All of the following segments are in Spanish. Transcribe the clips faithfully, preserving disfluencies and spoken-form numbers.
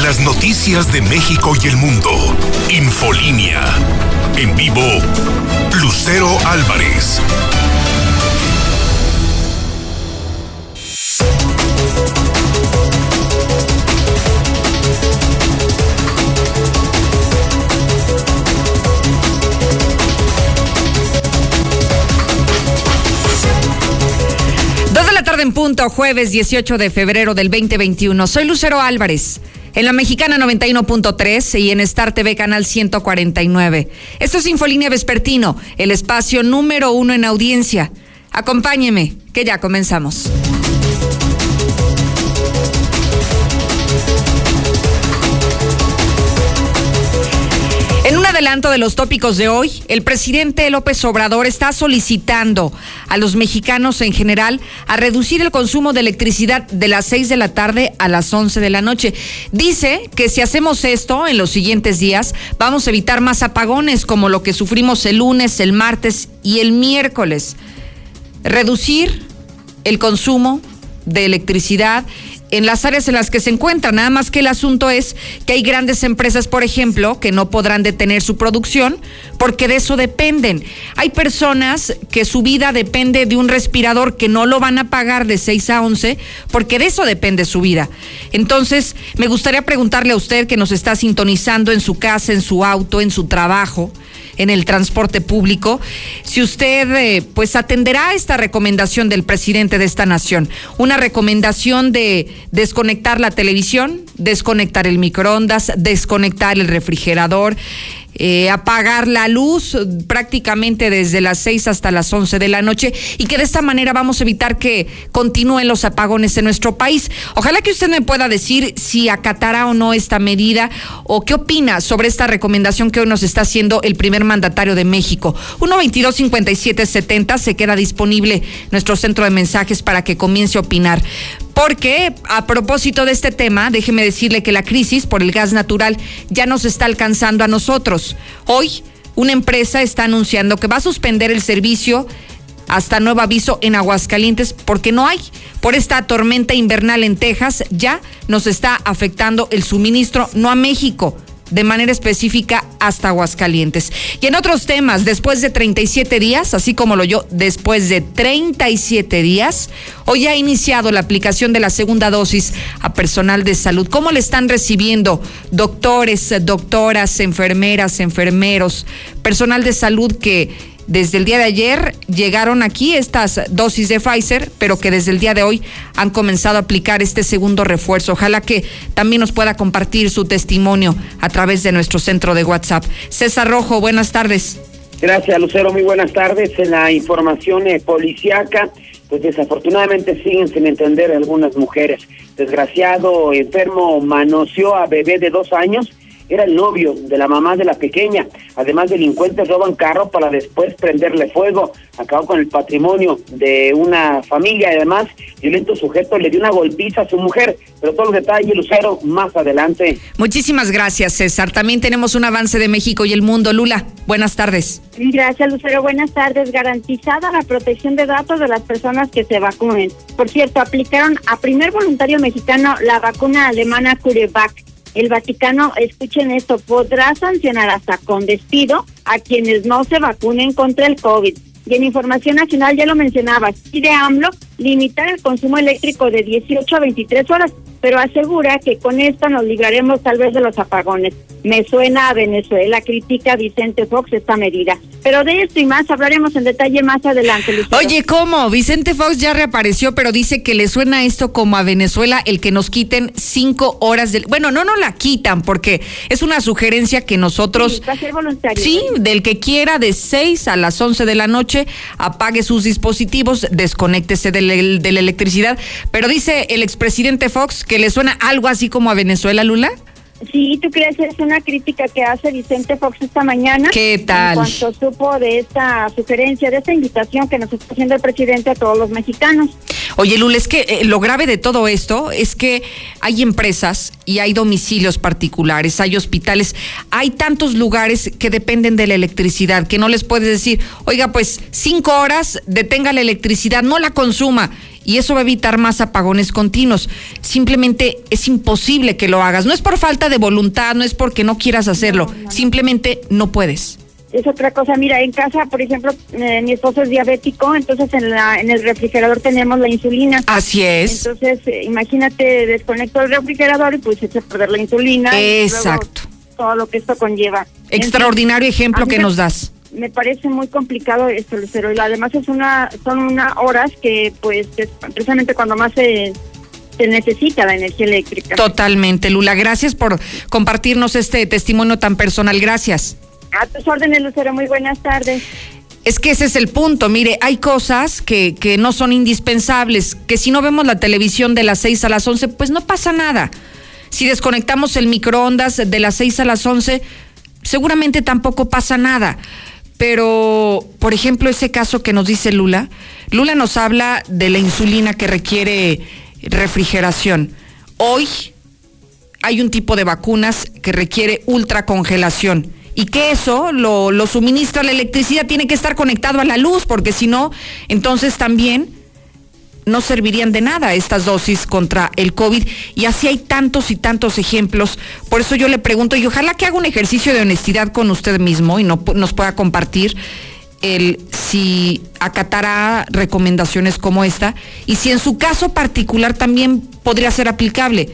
Las noticias de México y el mundo. Infolínea. En vivo, Lucero Álvarez. Dos de la tarde en punto, jueves dieciocho de febrero del veinte veintiuno. Soy Lucero Álvarez, en la Mexicana noventa y uno punto tres y en Star T V Canal ciento cuarenta y nueve. Esto es Infolínea Vespertino, el espacio número uno en audiencia. Acompáñeme, que ya comenzamos. En un adelanto de los tópicos de hoy, el presidente López Obrador está solicitando a los mexicanos en general a reducir el consumo de electricidad de las seis de la tarde a las once de la noche. Dice que si hacemos esto en los siguientes días, vamos a evitar más apagones como lo que sufrimos el lunes, el martes y el miércoles. Reducir el consumo de electricidad en las áreas en las que se encuentran, nada más que el asunto es que hay grandes empresas, por ejemplo, que no podrán detener su producción porque de eso dependen. Hay personas que su vida depende de un respirador que no lo van a pagar de seis a once porque de eso depende su vida. Entonces, me gustaría preguntarle a usted que nos está sintonizando en su casa, en su auto, en su trabajo, en el transporte público, si usted eh, pues atenderá esta recomendación del presidente de esta nación, una recomendación de desconectar la televisión, desconectar el microondas, desconectar el refrigerador, Eh, apagar la luz prácticamente desde las seis hasta las once de la noche, y que de esta manera vamos a evitar que continúen los apagones en nuestro país. Ojalá que usted me pueda decir si acatará o no esta medida o qué opina sobre esta recomendación que hoy nos está haciendo el primer mandatario de México. uno veintidós cincuenta y siete setenta, se queda disponible nuestro centro de mensajes para que comience a opinar. Porque a propósito de este tema, déjeme decirle que la crisis por el gas natural ya nos está alcanzando a nosotros. Hoy, una empresa está anunciando que va a suspender el servicio hasta nuevo aviso en Aguascalientes porque no hay. Por esta tormenta invernal en Texas ya nos está afectando el suministro, no a México, de manera específica hasta Aguascalientes. Y en otros temas, después de treinta y siete días, así como lo yo, después de treinta y siete días, hoy ha iniciado la aplicación de la segunda dosis a personal de salud. ¿Cómo le están recibiendo doctores, doctoras, enfermeras, enfermeros, personal de salud que desde el día de ayer llegaron aquí estas dosis de Pfizer, pero que desde el día de hoy han comenzado a aplicar este segundo refuerzo? Ojalá que también nos pueda compartir su testimonio a través de nuestro centro de WhatsApp. César Rojo, buenas tardes. Gracias, Lucero, muy buenas tardes. En la información eh, policíaca, pues desafortunadamente siguen sin entender algunas mujeres. Desgraciado enfermo manoseó a bebé de dos años. Era el novio de la mamá de la pequeña. Además, delincuentes roban carro para después prenderle fuego. Acabó con el patrimonio de una familia. Además, violento sujeto le dio una golpiza a su mujer. Pero todos los detalles, Lucero, más adelante. Muchísimas gracias, César. También tenemos un avance de México y el mundo. Lula, buenas tardes. Gracias, Lucero. Buenas tardes. Garantizada la protección de datos de las personas que se vacunen. Por cierto, aplicaron a primer voluntario mexicano la vacuna alemana CureVac. El Vaticano, escuchen esto, podrá sancionar hasta con despido a quienes no se vacunen contra el COVID. Y en información nacional, ya lo mencionabas, pide AMLO limitar el consumo eléctrico de dieciocho a veintitrés horas, pero asegura que con esto nos libraremos tal vez de los apagones. Me suena a Venezuela, critica Vicente Fox esta medida. Pero de esto y más hablaremos en detalle más adelante, Lucero. Oye, ¿cómo? Vicente Fox ya reapareció, pero dice que le suena esto como a Venezuela, el que nos quiten cinco horas del... Bueno, no nos la quitan, porque es una sugerencia que nosotros... Sí, va a ser voluntario. Sí, del que quiera de seis a las once de la noche, apague sus dispositivos, desconéctese de la, de la electricidad. Pero dice el expresidente Fox que le suena algo así como a Venezuela, Lula. Sí, ¿tú crees? Es una crítica que hace Vicente Fox esta mañana. ¿Qué tal? En cuanto supo de esta sugerencia, de esta invitación que nos está haciendo el presidente a todos los mexicanos. Oye, Lula, es que eh, lo grave de todo esto es que hay empresas y hay domicilios particulares, hay hospitales, hay tantos lugares que dependen de la electricidad, que no les puedes decir, oiga, pues cinco horas, detenga la electricidad, no la consuma. y eso va a evitar más apagones continuos. Simplemente es imposible que lo hagas. No es por falta de voluntad, no es porque no quieras hacerlo, no, no, no. Simplemente no puedes. Es otra cosa, mira, en casa, por ejemplo, eh, mi esposo es diabético, entonces en la en el refrigerador tenemos la insulina. Así es. Entonces, eh, imagínate, desconecto el refrigerador y pues se echa a perder la insulina. Exacto. Y luego, todo lo que esto conlleva. Extraordinario Entonces, ejemplo que nos das. Me parece muy complicado esto, Lucero, y además es una son unas horas que pues es precisamente cuando más se... se necesita la energía eléctrica. Totalmente, Lula. Gracias por compartirnos este testimonio tan personal. Gracias. A tus órdenes, Lucero. Muy buenas tardes. Es que ese es el punto. Mire, hay cosas que, que no son indispensables, que si no vemos la televisión de las seis a las once, pues no pasa nada. Si desconectamos el microondas de las seis a las once, seguramente tampoco pasa nada. Pero, por ejemplo, ese caso que nos dice Lula, Lula nos habla de la insulina que requiere refrigeración. Hoy hay un tipo de vacunas que requiere ultracongelación y que eso lo, lo suministra la electricidad, tiene que estar conectado a la luz, porque si no, entonces también no servirían de nada estas dosis contra el COVID, y así hay tantos y tantos ejemplos. Por eso yo le pregunto, y ojalá que haga un ejercicio de honestidad con usted mismo y no, nos pueda compartir el si acatará recomendaciones como esta, y si en su caso particular también podría ser aplicable.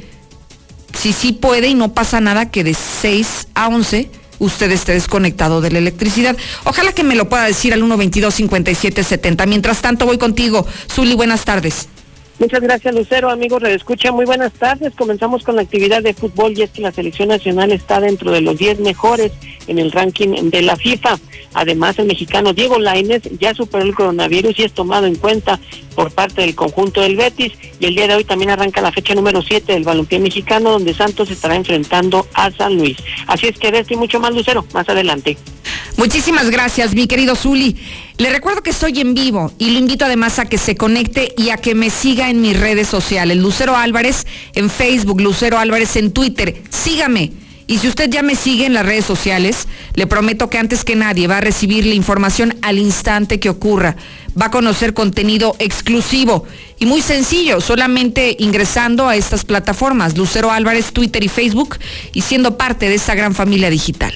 Si sí puede y no pasa nada que de seis a once usted esté desconectado de la electricidad. Ojalá que me lo pueda decir al uno veintidós cincuenta y siete setenta. Mientras tanto, voy contigo. Zuli, buenas tardes. Muchas gracias, Lucero. Amigos, redescucha, muy buenas tardes. Comenzamos con la actividad de fútbol, y es que la selección nacional está dentro de los diez mejores en el ranking de la FIFA. Además, el mexicano Diego Lainez ya superó el coronavirus y es tomado en cuenta por parte del conjunto del Betis. Y el día de hoy también arranca la fecha número siete del balompié mexicano, donde Santos estará enfrentando a San Luis. Así es que de esto y mucho más, Lucero, más adelante. Muchísimas gracias, mi querido Zuli. Le recuerdo que estoy en vivo y lo invito además a que se conecte y a que me siga en mis redes sociales. Lucero Álvarez en Facebook, Lucero Álvarez en Twitter. Sígame. Y si usted ya me sigue en las redes sociales, le prometo que antes que nadie va a recibir la información al instante que ocurra. Va a conocer contenido exclusivo y muy sencillo, solamente ingresando a estas plataformas, Lucero Álvarez, Twitter y Facebook, y siendo parte de esta gran familia digital.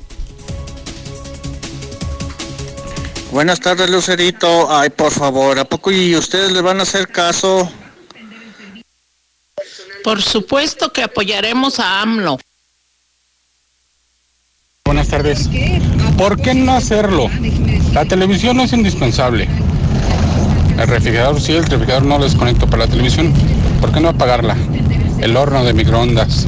Buenas tardes, Lucerito. Ay, por favor, ¿a poco y ustedes le van a hacer caso? Por supuesto que apoyaremos a AMLO. Buenas tardes. ¿Por qué no hacerlo? La televisión no es indispensable. El refrigerador sí, el refrigerador no lo desconecto, para la televisión, ¿por qué no apagarla? El horno de microondas.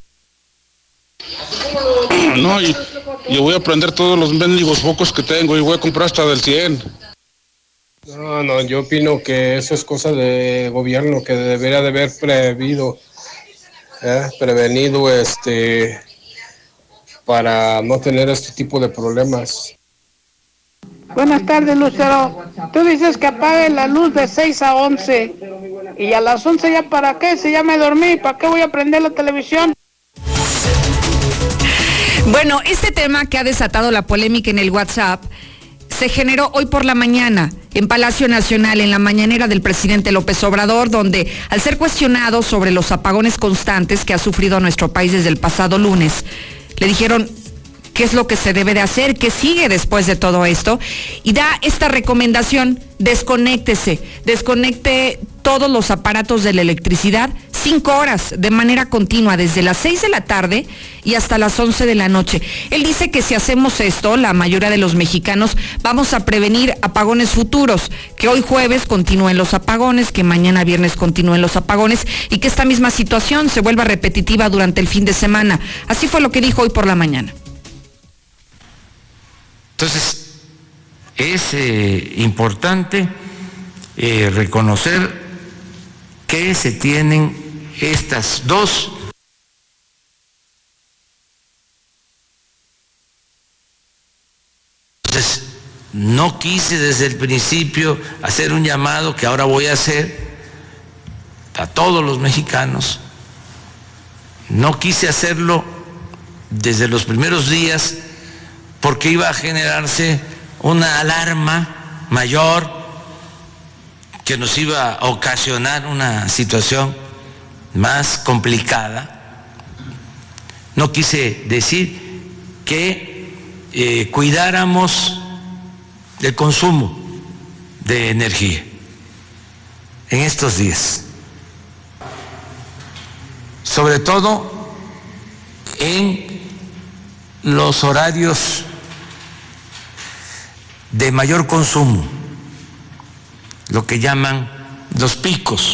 No, y yo voy a prender todos los mendigos focos que tengo y voy a comprar hasta del cien. No, no, yo opino que eso es cosa de gobierno que debería de haber prevido, ¿eh? prevenido este para no tener este tipo de problemas. Buenas tardes, Lucero. Tú dices que apague la luz de seis a once y a las once ya para qué, si ya me dormí, ¿para qué voy a prender la televisión? Bueno, este tema que ha desatado la polémica en el WhatsApp se generó hoy por la mañana en Palacio Nacional, en la mañanera del presidente López Obrador, donde al ser cuestionado sobre los apagones constantes que ha sufrido nuestro país desde el pasado lunes, le dijeron qué es lo que se debe de hacer, qué sigue después de todo esto, y da esta recomendación: desconéctese, desconecte todos los aparatos de la electricidad cinco horas de manera continua, desde las seis de la tarde y hasta las once de la noche. Él dice que si hacemos esto, la mayoría de los mexicanos vamos a prevenir apagones futuros, que hoy jueves continúen los apagones, que mañana viernes continúen los apagones y que esta misma situación se vuelva repetitiva durante el fin de semana. Así fue lo que dijo hoy por la mañana. Entonces, es eh, importante eh, reconocer que se tienen estas dos entonces no quise desde el principio hacer un llamado que ahora voy a hacer a todos los mexicanos. No quise hacerlo desde los primeros días porque iba a generarse una alarma mayor, que nos iba a ocasionar una situación más complicada. No quise decir que eh, cuidáramos el consumo de energía en estos días, sobre todo en los horarios de mayor consumo, lo que llaman los picos,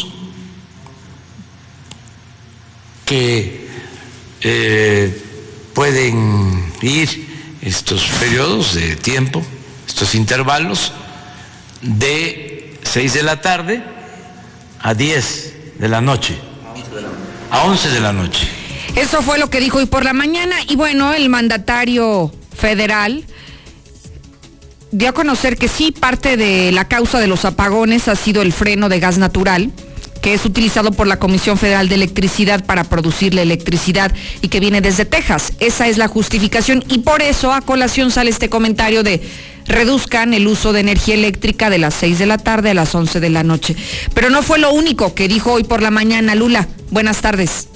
que eh, pueden ir estos periodos de tiempo, estos intervalos, de seis de la tarde a diez de la noche, a once de la noche. Eso fue lo que dijo hoy por la mañana. Y bueno, el mandatario federal dio a conocer que sí, parte de la causa de los apagones ha sido el freno de gas natural, que es utilizado por la Comisión Federal de Electricidad para producir la electricidad y que viene desde Texas. Esa es la justificación y por eso a colación sale este comentario de reduzcan el uso de energía eléctrica de las seis de la tarde a las once de la noche. Pero no fue lo único que dijo hoy por la mañana. Lula, buenas tardes.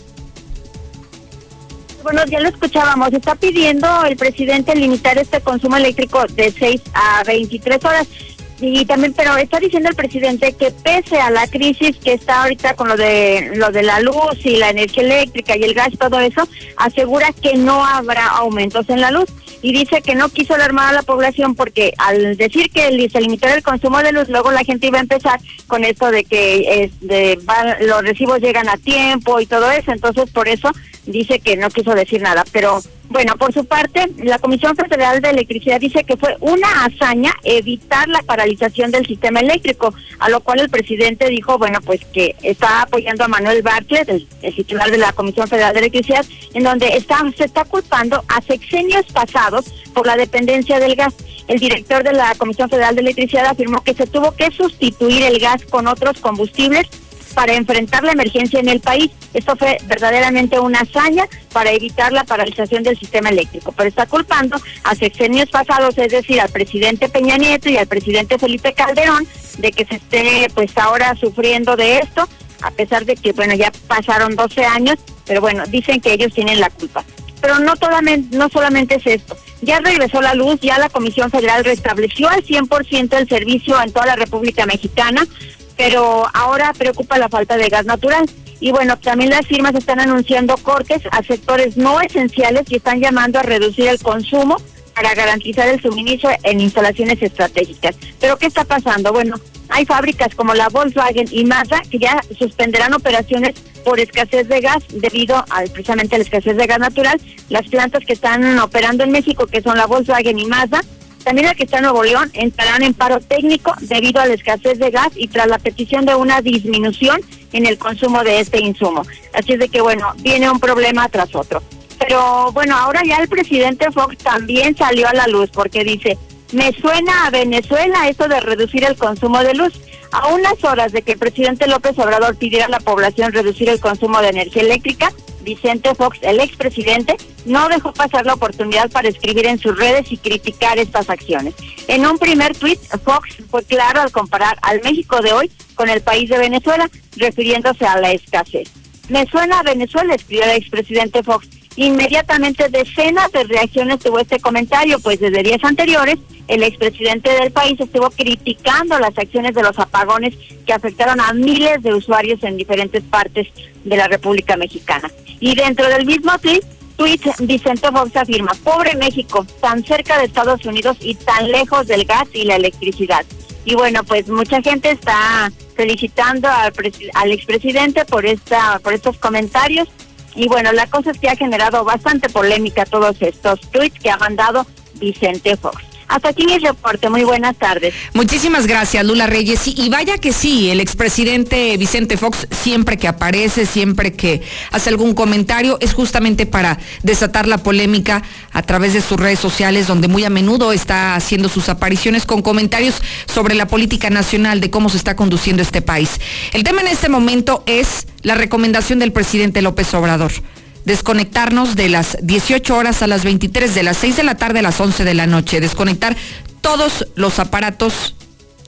Bueno, ya lo escuchábamos, está pidiendo el presidente limitar este consumo eléctrico de seis a veintitrés horas. Y también, pero está diciendo el presidente que pese a la crisis que está ahorita con lo de lo de la luz y la energía eléctrica y el gas, todo eso, asegura que no habrá aumentos en la luz. Y dice que no quiso alarmar a la población porque al decir que se limitara el consumo de luz, luego la gente iba a empezar con esto de que es de, va, los recibos llegan a tiempo y todo eso. Entonces, por eso dice que no quiso decir nada. Pero bueno, por su parte, la Comisión Federal de Electricidad dice que fue una hazaña evitar la paralización del sistema eléctrico, a lo cual el presidente dijo, bueno, pues que está apoyando a Manuel Bartlett, el, el titular de la Comisión Federal de Electricidad, en donde está, se está culpando a sexenios pasados por la dependencia del gas. El director de la Comisión Federal de Electricidad afirmó que se tuvo que sustituir el gas con otros combustibles para enfrentar la emergencia en el país. Esto fue verdaderamente una hazaña para evitar la paralización del sistema eléctrico, pero está culpando a sexenios pasados, es decir, al presidente Peña Nieto y al presidente Felipe Calderón, de que se esté pues ahora sufriendo de esto, a pesar de que, bueno, ya pasaron doce años, pero bueno, dicen que ellos tienen la culpa. Pero no, solamente, no solamente es esto, ya regresó la luz, ya la Comisión Federal restableció al cien por ciento el servicio en toda la República Mexicana, pero ahora preocupa la falta de gas natural. Y bueno, también las firmas están anunciando cortes a sectores no esenciales y están llamando a reducir el consumo para garantizar el suministro en instalaciones estratégicas. ¿Pero qué está pasando? Bueno, hay fábricas como la Volkswagen y Mazda que ya suspenderán operaciones por escasez de gas debido a precisamente la escasez de gas natural. Las plantas que están operando en México, que son la Volkswagen y Mazda, también la que está en Nuevo León, entrarán en paro técnico debido a la escasez de gas y tras la petición de una disminución en el consumo de este insumo. Así es de que, bueno, viene un problema tras otro. Pero, bueno, ahora ya el presidente Fox también salió a la luz porque dice, me suena a Venezuela esto de reducir el consumo de luz. A unas horas de que el presidente López Obrador pidiera a la población reducir el consumo de energía eléctrica, Vicente Fox, el expresidente, no dejó pasar la oportunidad para escribir en sus redes y criticar estas acciones. En un primer tuit, Fox fue claro al comparar al México de hoy con el país de Venezuela, refiriéndose a la escasez. Me suena a Venezuela, escribió el expresidente Fox. Inmediatamente decenas de reacciones tuvo este comentario, pues desde días anteriores el expresidente del país estuvo criticando las acciones de los apagones que afectaron a miles de usuarios en diferentes partes de la República Mexicana. Y dentro del mismo tweet, tweet Vicente Fox afirma, pobre México, tan cerca de Estados Unidos y tan lejos del gas y la electricidad. Y bueno, pues mucha gente está felicitando al, al expresidente por esta, por estos comentarios. Y bueno, la cosa es que ha generado bastante polémica todos estos tweets que ha mandado Vicente Fox. Hasta aquí mi reporte, muy buenas tardes. Muchísimas gracias, Lula Reyes. Y vaya que sí, el expresidente Vicente Fox siempre que aparece, siempre que hace algún comentario, es justamente para desatar la polémica a través de sus redes sociales, donde muy a menudo está haciendo sus apariciones con comentarios sobre la política nacional, de cómo se está conduciendo este país. El tema en este momento es la recomendación del presidente López Obrador. Desconectarnos de las dieciocho horas a las veintitrés, de las seis de la tarde a las once de la noche, desconectar todos los aparatos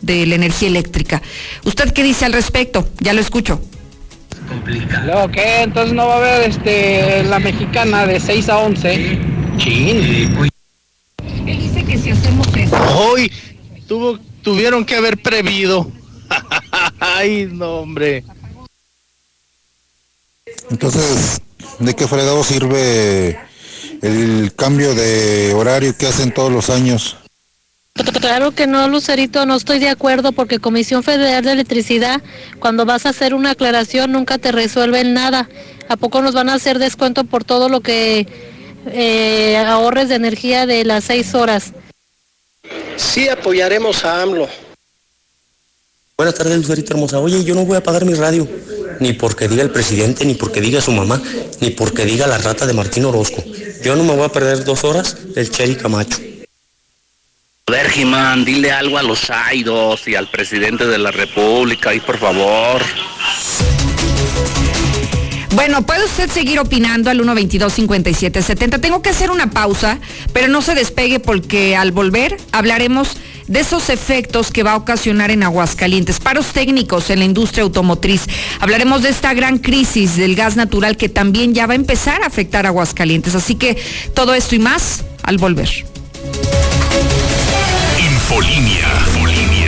de la energía eléctrica. ¿Usted qué dice al respecto? Ya lo escucho. ¿Luego qué? Entonces no va a haber este, la mexicana de seis a once. Chin. Él dice que si hacemos eso... Hoy tuvo, tuvieron que haber prevido. Ay, no, hombre. Entonces, ¿de qué fregado sirve el cambio de horario que hacen todos los años? Claro que no, Lucerito, no estoy de acuerdo porque Comisión Federal de Electricidad, cuando vas a hacer una aclaración nunca te resuelven nada. ¿A poco nos van a hacer descuento por todo lo que eh, ahorres de energía de las seis horas? Sí apoyaremos a AMLO. Buenas tardes, Lucerito hermosa. Oye, yo no voy a apagar mi radio, ni porque diga el presidente, ni porque diga su mamá, ni porque diga la rata de Martín Orozco. Yo no me voy a perder dos horas del Cheri Camacho. Joder, Jimán, dile algo a los Aidos y al presidente de la República, ahí por favor. Bueno, puede usted seguir opinando al uno veintidós cincuenta y siete setenta. Tengo que hacer una pausa, pero no se despegue porque al volver hablaremos de esos efectos que va a ocasionar en Aguascalientes, paros técnicos en la industria automotriz. Hablaremos de esta gran crisis del gas natural que también ya va a empezar a afectar a Aguascalientes. Así que todo esto y más al volver. Infolínea. Infolínea.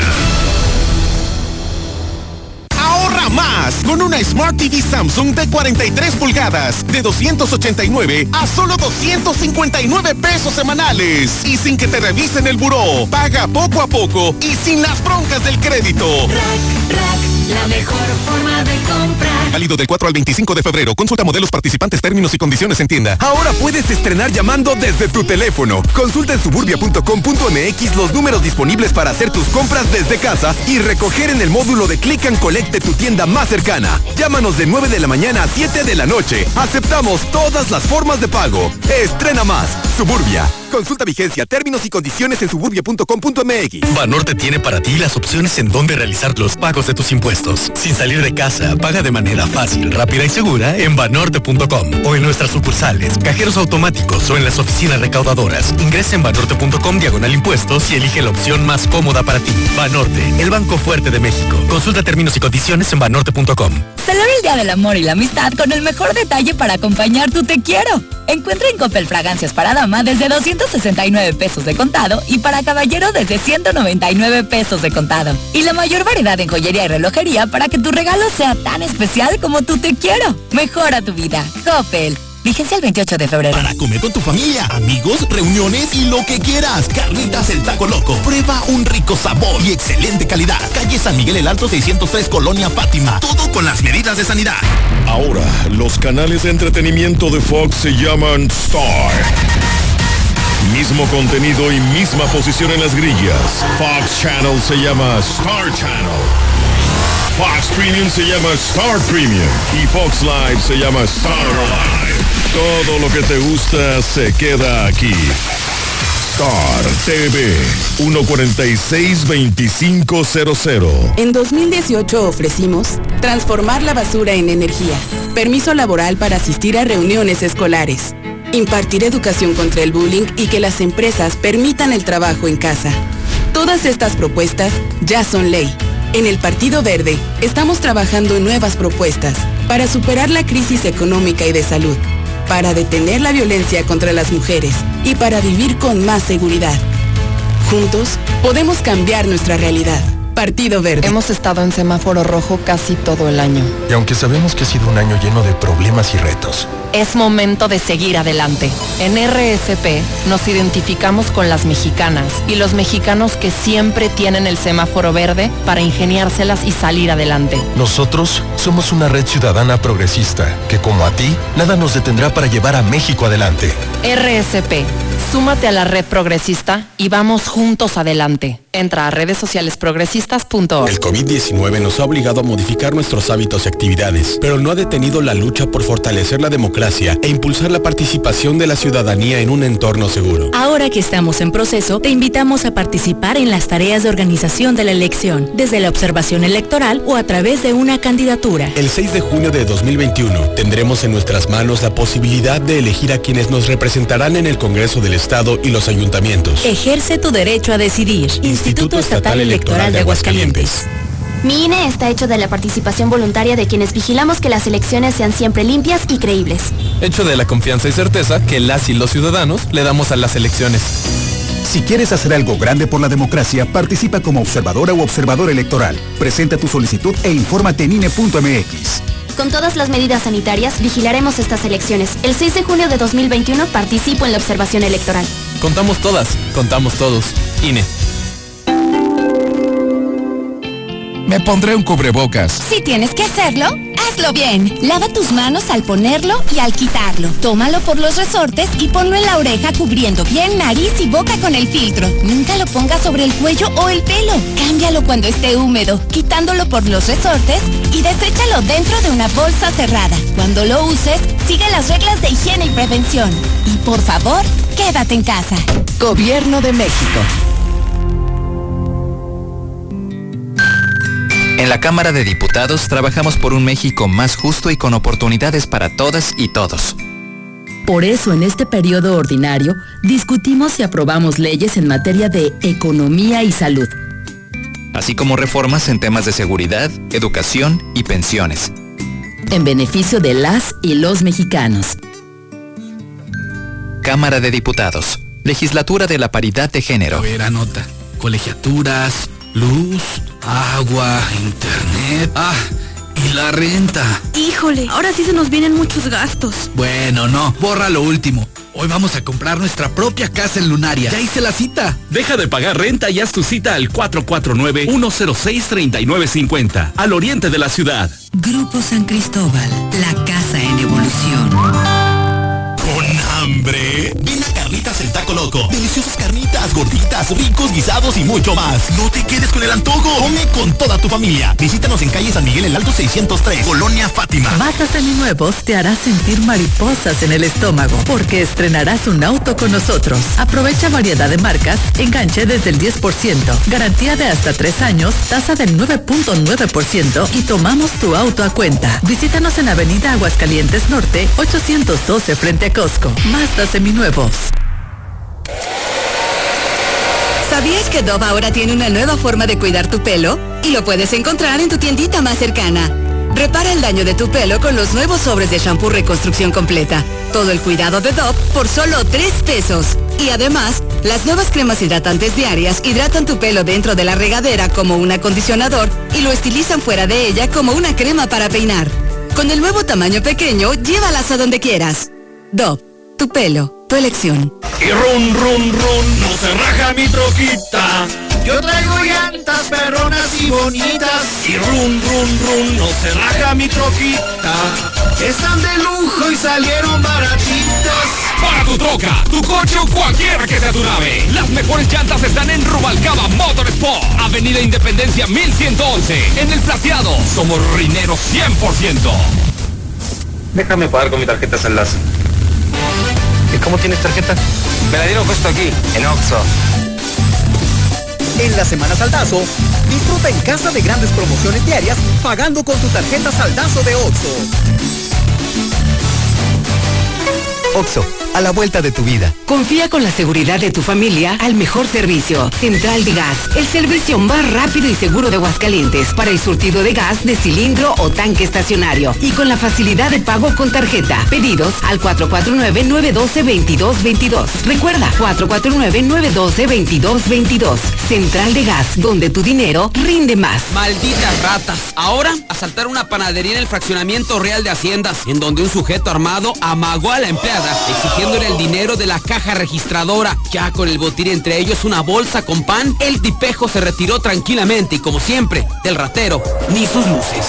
Ahorra más con una Smart T V Samsung de cuarenta y tres pulgadas de doscientos ochenta y nueve a solo doscientos cincuenta y nueve pesos semanales y sin que te revisen el buró. Paga poco a poco y sin las broncas del crédito. Rack, rack, la mejor forma de comprar. Válido del cuatro al veinticinco de febrero. Consulta modelos participantes, términos y condiciones en tienda. Ahora puedes estrenar llamando desde tu teléfono. Consulta en suburbia punto com punto m x los números disponibles para hacer tus compras desde casa y recoger en el módulo de Click and Collect de tu tienda más cercana. Llámanos de nueve de la mañana a siete de la noche. Aceptamos todas las formas de pago. Estrena más. Suburbia. Consulta vigencia, términos y condiciones en suburbia punto com punto m x. Banorte tiene para ti las opciones en donde realizar los pagos de tus impuestos. Sin salir de casa, paga de manera fácil, rápida y segura en banorte punto com o en nuestras sucursales, cajeros automáticos o en las oficinas recaudadoras. Ingresa en banorte punto com diagonal impuestos y elige la opción más cómoda para ti. Banorte, el banco fuerte de México. Consulta términos y condiciones en banorte punto com. Celebra el Día del Amor y la Amistad con el mejor detalle para acompañar tu te quiero. Encuentra en Coppel fragancias para dama desde doscientos sesenta y nueve pesos de contado y para caballero desde ciento noventa y nueve pesos de contado. Y la mayor variedad en joyería y relojería para que tu regalo sea tan especial como tu te quiero. Mejora tu vida. Coppel. Vigencia el veintiocho de febrero. Para comer con tu familia, amigos, reuniones y lo que quieras. Carnitas El Taco Loco. Prueba un rico sabor y excelente calidad. Calle San Miguel el Alto seiscientos tres, Colonia Fátima. Todo con las medidas de sanidad. Ahora, los canales de entretenimiento de Fox se llaman Star. Mismo contenido y misma posición en las grillas. Fox Channel se llama Star Channel. Fox Premium se llama Star Premium. Y Fox Live se llama Star Live. Todo lo que te gusta se queda aquí. Star T V uno cuarenta y seis veinticinco cero cero. En dos mil dieciocho ofrecimos transformar la basura en energía, permiso laboral para asistir a reuniones escolares, impartir educación contra el bullying y que las empresas permitan el trabajo en casa. Todas estas propuestas ya son ley. En el Partido Verde estamos trabajando en nuevas propuestas para superar la crisis económica y de salud, para detener la violencia contra las mujeres y para vivir con más seguridad. Juntos podemos cambiar nuestra realidad. Partido Verde. Hemos estado en semáforo rojo casi todo el año. Y aunque sabemos que ha sido un año lleno de problemas y retos, es momento de seguir adelante. En R S P nos identificamos con las mexicanas y los mexicanos que siempre tienen el semáforo verde para ingeniárselas y salir adelante. Nosotros somos una red ciudadana progresista que, como a ti, nada nos detendrá para llevar a México adelante. R S P, súmate a la red progresista y vamos juntos adelante. Entra a redes sociales progresistas punto org. El COVID diecinueve nos ha obligado a modificar nuestros hábitos y actividades, pero no ha detenido la lucha por fortalecer la democracia e impulsar la participación de la ciudadanía en un entorno seguro. Ahora que estamos en proceso, te invitamos a participar en las tareas de organización de la elección, desde la observación electoral o a través de una candidatura. El seis de junio de dos mil veintiuno tendremos en nuestras manos la posibilidad de elegir a quienes nos representarán en el Congreso del Estado y los ayuntamientos. Ejerce tu derecho a decidir. Instituto Estatal Electoral de Aguascalientes. Mi I N E está hecho de la participación voluntaria de quienes vigilamos que las elecciones sean siempre limpias y creíbles. Hecho de la confianza y certeza que las y los ciudadanos le damos a las elecciones. Si quieres hacer algo grande por la democracia, participa como observadora u observador electoral. Presenta tu solicitud e infórmate en I N E punto M X. Con todas las medidas sanitarias, vigilaremos estas elecciones. El seis de junio de dos mil veintiuno participo en la observación electoral. Contamos todas, contamos todos. I N E. Me pondré un cubrebocas. Si tienes que hacerlo, hazlo bien. Lava tus manos al ponerlo y al quitarlo. Tómalo por los resortes y ponlo en la oreja cubriendo bien nariz y boca con el filtro. Nunca lo pongas sobre el cuello o el pelo. Cámbialo cuando esté húmedo, quitándolo por los resortes y deséchalo dentro de una bolsa cerrada. Cuando lo uses, sigue las reglas de higiene y prevención. Y por favor, quédate en casa. Gobierno de México. En la Cámara de Diputados trabajamos por un México más justo y con oportunidades para todas y todos. Por eso en este periodo ordinario discutimos y aprobamos leyes en materia de economía y salud, así como reformas en temas de seguridad, educación y pensiones, en beneficio de las y los mexicanos. Cámara de Diputados, Legislatura de la Paridad de Género. A ver, anota. Colegiaturas, luz, agua, internet, ah, y la renta. Híjole, ahora sí se nos vienen muchos gastos. Bueno, no, borra lo último. Hoy vamos a comprar nuestra propia casa en Lunaria. Ya hice la cita. Deja de pagar renta y haz tu cita al cuatro cuatro nueve, uno cero seis, tres nueve cinco cero, al oriente de la ciudad. Grupo San Cristóbal, la casa en evolución. ¿Con hambre? Ven a Carnitas el Taco Loco. Deliciosas carnitas, gorditas, ricos guisados y mucho más. No te quedes con el antojo. Come con toda tu familia. Visítanos en calle San Miguel el Alto seiscientos tres, Colonia Fátima. Mazda Seminuevos te hará sentir mariposas en el estómago porque estrenarás un auto con nosotros. Aprovecha variedad de marcas, enganche desde el diez por ciento, garantía de hasta tres años, tasa del nueve punto nueve por ciento y tomamos tu auto a cuenta. Visítanos en Avenida Aguascalientes Norte, ochocientos doce frente a Costco. Mazda Seminuevos. ¿Sabías que Dove ahora tiene una nueva forma de cuidar tu pelo? Y lo puedes encontrar en tu tiendita más cercana. Repara el daño de tu pelo con los nuevos sobres de shampoo Reconstrucción Completa. Todo el cuidado de Dove por solo tres pesos. Y además, las nuevas cremas hidratantes diarias hidratan tu pelo dentro de la regadera como un acondicionador y lo estilizan fuera de ella como una crema para peinar. Con el nuevo tamaño pequeño, llévalas a donde quieras. Dove, tu pelo, tu elección. Y run, run, run, no se raja mi troquita. Yo traigo llantas perronas y bonitas. Y run, run, run, no se raja mi troquita. Están de lujo y salieron baratitas. Para tu troca, tu coche o cualquiera que sea tu nave, las mejores llantas están en Rubalcaba Motorsport, Avenida Independencia mil ciento once. En El Plateado, somos rineros cien por ciento. Déjame pagar con mi tarjeta Saldazo. ¿Y cómo tienes tarjeta? Me la dieron justo aquí, en Oxxo. En la Semana Saldazo, disfruta en casa de grandes promociones diarias pagando con tu tarjeta Saldazo de Oxxo. Oxxo, a la vuelta de tu vida. Confía con la seguridad de tu familia al mejor servicio. Central de Gas, el servicio más rápido y seguro de Aguascalientes para el surtido de gas de cilindro o tanque estacionario y con la facilidad de pago con tarjeta. Pedidos al cuatro cuatro nueve, nueve uno dos, dos dos dos dos. Recuerda, cuatro cuatro nueve, nueve uno dos, dos dos dos dos. Central de Gas, donde tu dinero rinde más. Malditas ratas. Ahora, asaltaron una panadería en el fraccionamiento Real de Haciendas, en donde un sujeto armado amagó a la empleada, exigiéndole el dinero de la caja registradora. Ya con el botín entre ellos una bolsa con pan, el tipejo se retiró tranquilamente y como siempre, del ratero, ni sus luces.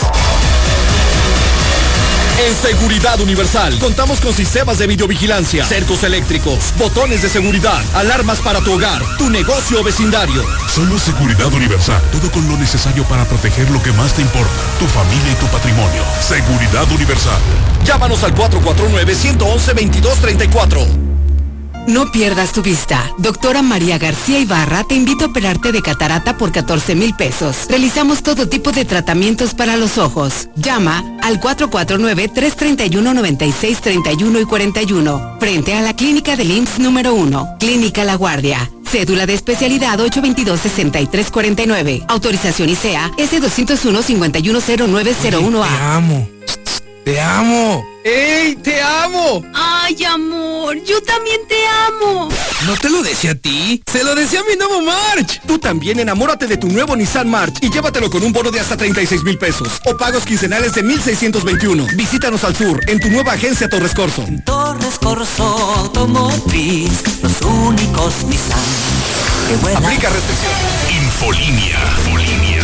En Seguridad Universal, contamos con sistemas de videovigilancia, cercos eléctricos, botones de seguridad, alarmas para tu hogar, tu negocio o vecindario. Solo Seguridad Universal, todo con lo necesario para proteger lo que más te importa, tu familia y tu patrimonio. Seguridad Universal. Llámanos al cuatro cuatro nueve, uno uno uno, dos dos tres cuatro. No pierdas tu vista. Doctora María García Ibarra te invita a operarte de catarata por catorce mil pesos. Realizamos todo tipo de tratamientos para los ojos. Llama al cuatro cuatro nueve, tres tres uno, nueve seis tres uno y cuarenta y uno. Frente a la clínica del I M S S número uno. Clínica La Guardia. Cédula de especialidad ocho veintidós, sesenta y tres cuarenta y nueve. Autorización I C E A S doscientos uno, cincuenta y uno cero nueve cero uno A. Te amo. Te amo. ¡Ey, te amo! Ay, amor, yo también te amo. No te lo decía a ti, se lo decía a mi nuevo March. Tú también enamórate de tu nuevo Nissan March y llévatelo con un bono de hasta treinta y seis mil pesos o pagos quincenales de mil seiscientos veintiuno. Visítanos al sur, en tu nueva agencia Torres Corso. Torres Corso Automotriz, los únicos Nissan. Aplica restricciones. Infolínea. Infolínea.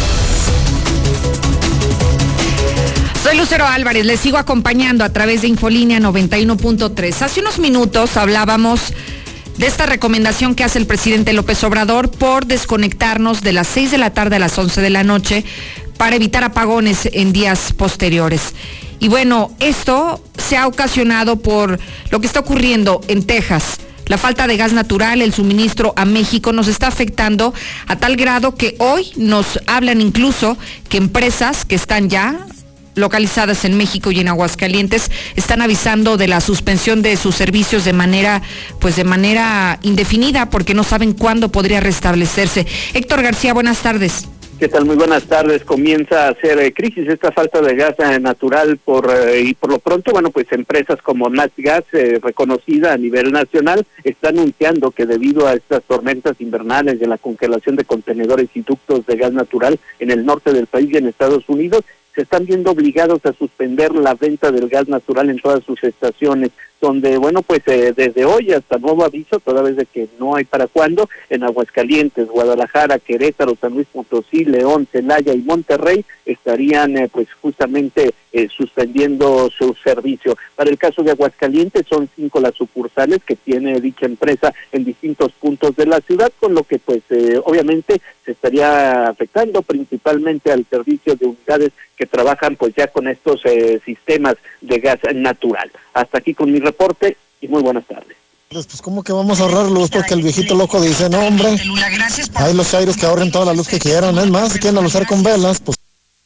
Soy Lucero Álvarez, les sigo acompañando a través de Infolínea noventa y uno punto tres. Hace unos minutos hablábamos de esta recomendación que hace el presidente López Obrador por desconectarnos de las seis de la tarde a las once de la noche para evitar apagones en días posteriores. Y bueno, esto se ha ocasionado por lo que está ocurriendo en Texas. La falta de gas natural, el suministro a México nos está afectando a tal grado que hoy nos hablan incluso que empresas que están ya localizadas en México y en Aguascalientes están avisando de la suspensión de sus servicios de manera, pues de manera indefinida porque no saben cuándo podría restablecerse. Héctor García, buenas tardes. ¿Qué tal? Muy buenas tardes. Comienza a ser eh, crisis esta falta de gas eh, natural por eh, y por lo pronto, bueno, pues empresas como NatGas, eh, reconocida a nivel nacional, está anunciando que debido a estas tormentas invernales y a la congelación de contenedores y ductos de gas natural en el norte del país y en Estados Unidos, se están viendo obligados a suspender la venta del gas natural en todas sus estaciones, donde, bueno, pues eh, desde hoy hasta nuevo aviso, toda vez de que no hay para cuándo, en Aguascalientes, Guadalajara, Querétaro, San Luis Potosí, León, Celaya y Monterrey estarían eh, pues justamente eh, suspendiendo su servicio. Para el caso de Aguascalientes son cinco las sucursales que tiene dicha empresa en distintos puntos de la ciudad, con lo que pues eh, obviamente se estaría afectando principalmente al servicio de unidades que trabajan pues ya con estos eh, sistemas de gas natural. Hasta aquí con mi reporte y muy buenas tardes. Pues cómo que vamos a ahorrar luz porque el viejito loco dice, no hombre, hay los aires que ahorren toda la luz que quieran, es más, si quieren alusar con velas, pues.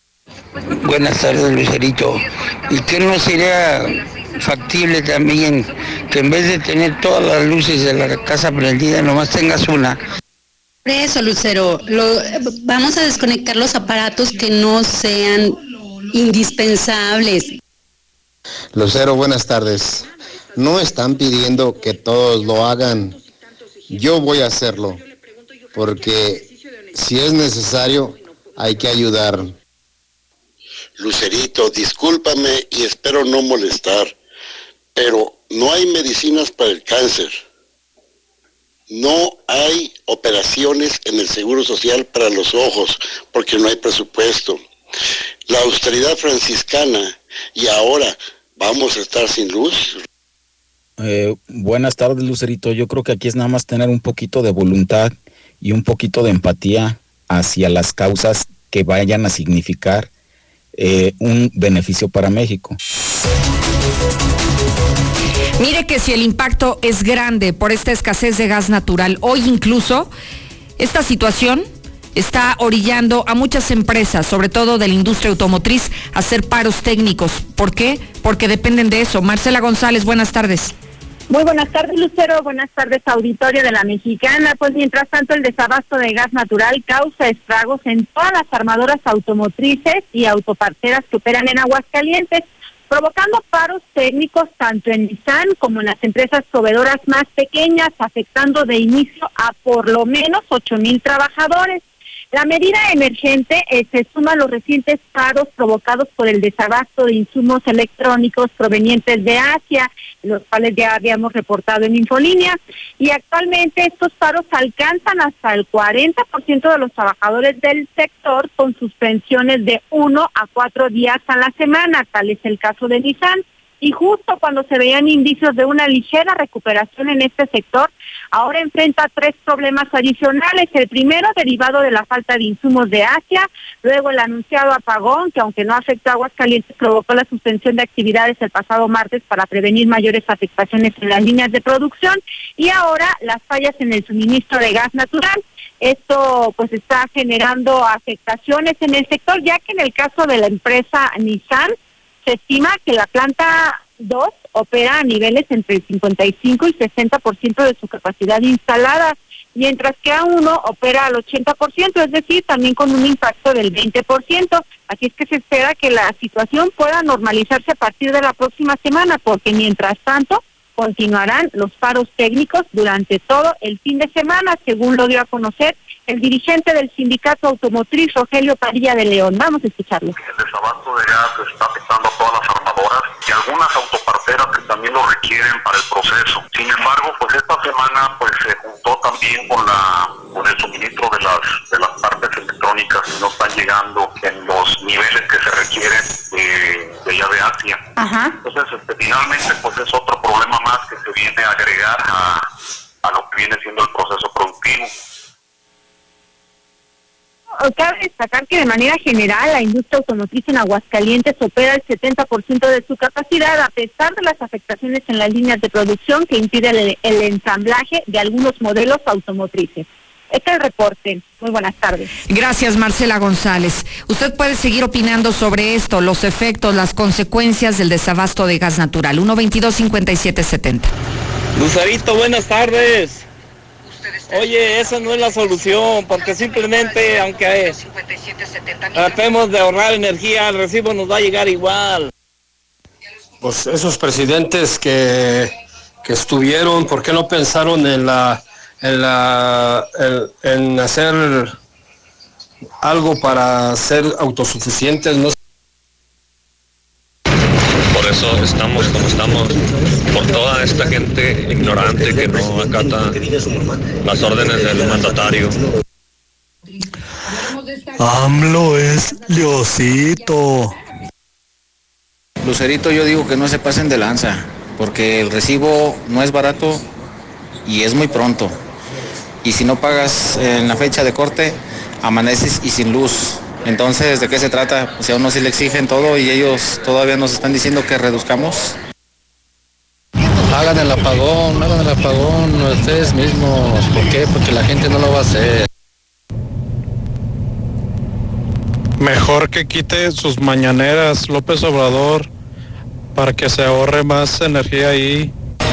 Buenas tardes, Lucerito. ¿Y qué no sería factible también que en vez de tener todas las luces de la casa prendida, nomás tengas una? Por eso, Lucero, lo, vamos a desconectar los aparatos que no sean indispensables. Lucero, buenas tardes. No están pidiendo que todos lo hagan. Yo voy a hacerlo, porque si es necesario, hay que ayudar. Lucerito, discúlpame y espero no molestar, pero no hay medicinas para el cáncer. No hay operaciones en el Seguro Social para los ojos, porque no hay presupuesto. La austeridad franciscana, y ahora vamos a estar sin luz. Eh, buenas tardes, Lucerito. Yo creo que aquí es nada más tener un poquito de voluntad y un poquito de empatía hacia las causas que vayan a significar eh, un beneficio para México. Mire que si el impacto es grande por esta escasez de gas natural, hoy incluso esta situación está orillando a muchas empresas, sobre todo de la industria automotriz, a hacer paros técnicos. ¿Por qué? Porque dependen de eso. Marcela González, buenas tardes. Muy buenas tardes, Lucero. Buenas tardes, auditorio de La Mexicana. Pues mientras tanto, el desabasto de gas natural causa estragos en todas las armadoras automotrices y autoparteras que operan en Aguascalientes, provocando paros técnicos tanto en Nissan como en las empresas proveedoras más pequeñas, afectando de inicio a por lo menos ocho mil trabajadores. La medida emergente eh, se suma a los recientes paros provocados por el desabasto de insumos electrónicos provenientes de Asia, los cuales ya habíamos reportado en Infolínea, y actualmente estos paros alcanzan hasta el cuarenta por ciento de los trabajadores del sector, con suspensiones de uno a cuatro días a la semana. Tal es el caso de Nissan, y justo cuando se veían indicios de una ligera recuperación en este sector, ahora enfrenta tres problemas adicionales. El primero, derivado de la falta de insumos de Asia, luego el anunciado apagón, que aunque no afectó a Aguascalientes, provocó la suspensión de actividades el pasado martes para prevenir mayores afectaciones en las líneas de producción, y ahora las fallas en el suministro de gas natural. Esto pues está generando afectaciones en el sector, ya que en el caso de la empresa Nissan, se estima que la planta dos opera a niveles entre el cincuenta y cinco y sesenta por ciento de su capacidad instalada, mientras que A uno opera al ochenta por ciento, es decir, también con un impacto del veinte por ciento. Así es que se espera que la situación pueda normalizarse a partir de la próxima semana, porque mientras tanto continuarán los paros técnicos durante todo el fin de semana, según lo dio a conocer el dirigente del sindicato automotriz, Rogelio Padilla de León. Vamos a escucharlo. El desabasto de gas está afectando a todas las armadoras y algunas autoparteras que también lo requieren para el proceso. Sin embargo, pues esta semana pues se juntó también con la con el suministro de las de las partes electrónicas que no están llegando en los niveles que se requieren de, de allá de Asia. Ajá. Entonces, este, finalmente, pues es otro problema más que se viene a agregar a, a lo que viene siendo el proceso productivo. Cabe destacar que de manera general la industria automotriz en Aguascalientes opera el setenta por ciento de su capacidad, a pesar de las afectaciones en las líneas de producción que impiden el, el ensamblaje de algunos modelos automotrices. Este es el reporte. Muy buenas tardes. Gracias, Marcela González. Usted puede seguir opinando sobre esto, los efectos, las consecuencias del desabasto de gas natural. uno veintidós cincuenta y siete setenta. Lucerito, buenas tardes. Oye, esa no es la solución, porque simplemente, aunque tratemos de ahorrar energía, el recibo nos va a llegar igual. Pues esos presidentes que, que estuvieron, ¿por qué no pensaron en la, en la, en, en hacer algo para ser autosuficientes? No. Por eso estamos como estamos, por toda esta gente ignorante que no acata las órdenes del mandatario. AMLO es Diosito. Lucerito, yo digo que no se pasen de lanza, porque el recibo no es barato y es muy pronto. Y si no pagas en la fecha de corte, amaneces y sin luz. Entonces, ¿de qué se trata? O sea, a uno sí le exigen todo y ellos todavía nos están diciendo que reduzcamos. Hagan el apagón, hagan el apagón ustedes mismos. ¿Por qué? Porque la gente no lo va a hacer. Mejor que quite sus mañaneras López Obrador para que se ahorre más energía ahí.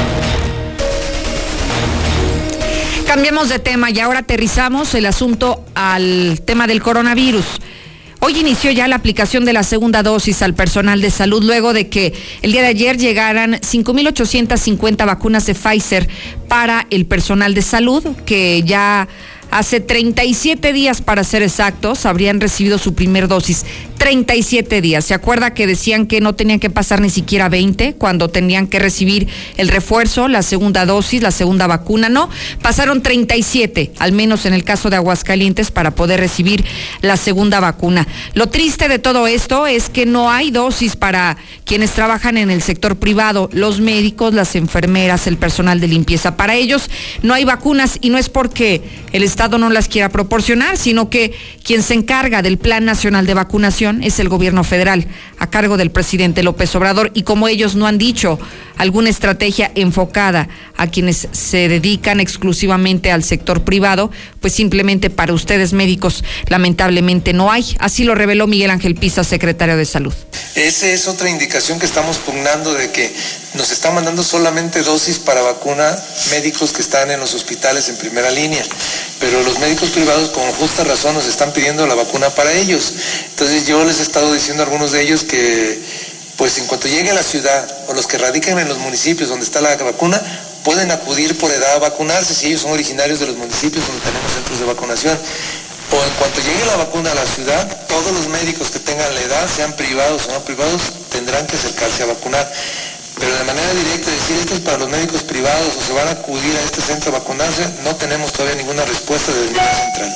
Cambiemos de tema y ahora aterrizamos el asunto al tema del coronavirus. Hoy inició ya la aplicación de la segunda dosis al personal de salud luego de que el día de ayer llegaran cinco mil ochocientas cincuenta vacunas de Pfizer para el personal de salud, que ya hace treinta y siete días, para ser exactos, habrían recibido su primer dosis. treinta y siete días. ¿Se acuerda que decían que no tenían que pasar ni siquiera veinte cuando tenían que recibir el refuerzo, la segunda dosis, la segunda vacuna? No, pasaron treinta y siete, al menos en el caso de Aguascalientes, para poder recibir la segunda vacuna. Lo triste de todo esto es que no hay dosis para quienes trabajan en el sector privado, los médicos, las enfermeras, el personal de limpieza. Para ellos no hay vacunas, y no es porque el Estado no las quiera proporcionar, sino que quien se encarga del Plan Nacional de Vacunación es el gobierno federal, a cargo del presidente López Obrador, y como ellos no han dicho alguna estrategia enfocada a quienes se dedican exclusivamente al sector privado, pues simplemente para ustedes médicos lamentablemente no hay. Así lo reveló Miguel Ángel Pisa, secretario de Salud. Esa es otra indicación que estamos pugnando, de que nos están mandando solamente dosis para vacuna médicos que están en los hospitales en primera línea, pero los médicos privados con justa razón nos están pidiendo la vacuna para ellos. Entonces yo les he estado diciendo a algunos de ellos que pues en cuanto llegue a la ciudad, o los que radican en los municipios donde está la vacuna, pueden acudir por edad a vacunarse si ellos son originarios de los municipios donde tenemos centros de vacunación. O en cuanto llegue la vacuna a la ciudad, todos los médicos que tengan la edad, sean privados o no privados, tendrán que acercarse a vacunar. Pero de manera directa decir esto es para los médicos privados o se van a acudir a este centro a vacunarse, no tenemos todavía ninguna respuesta desde el nivel central.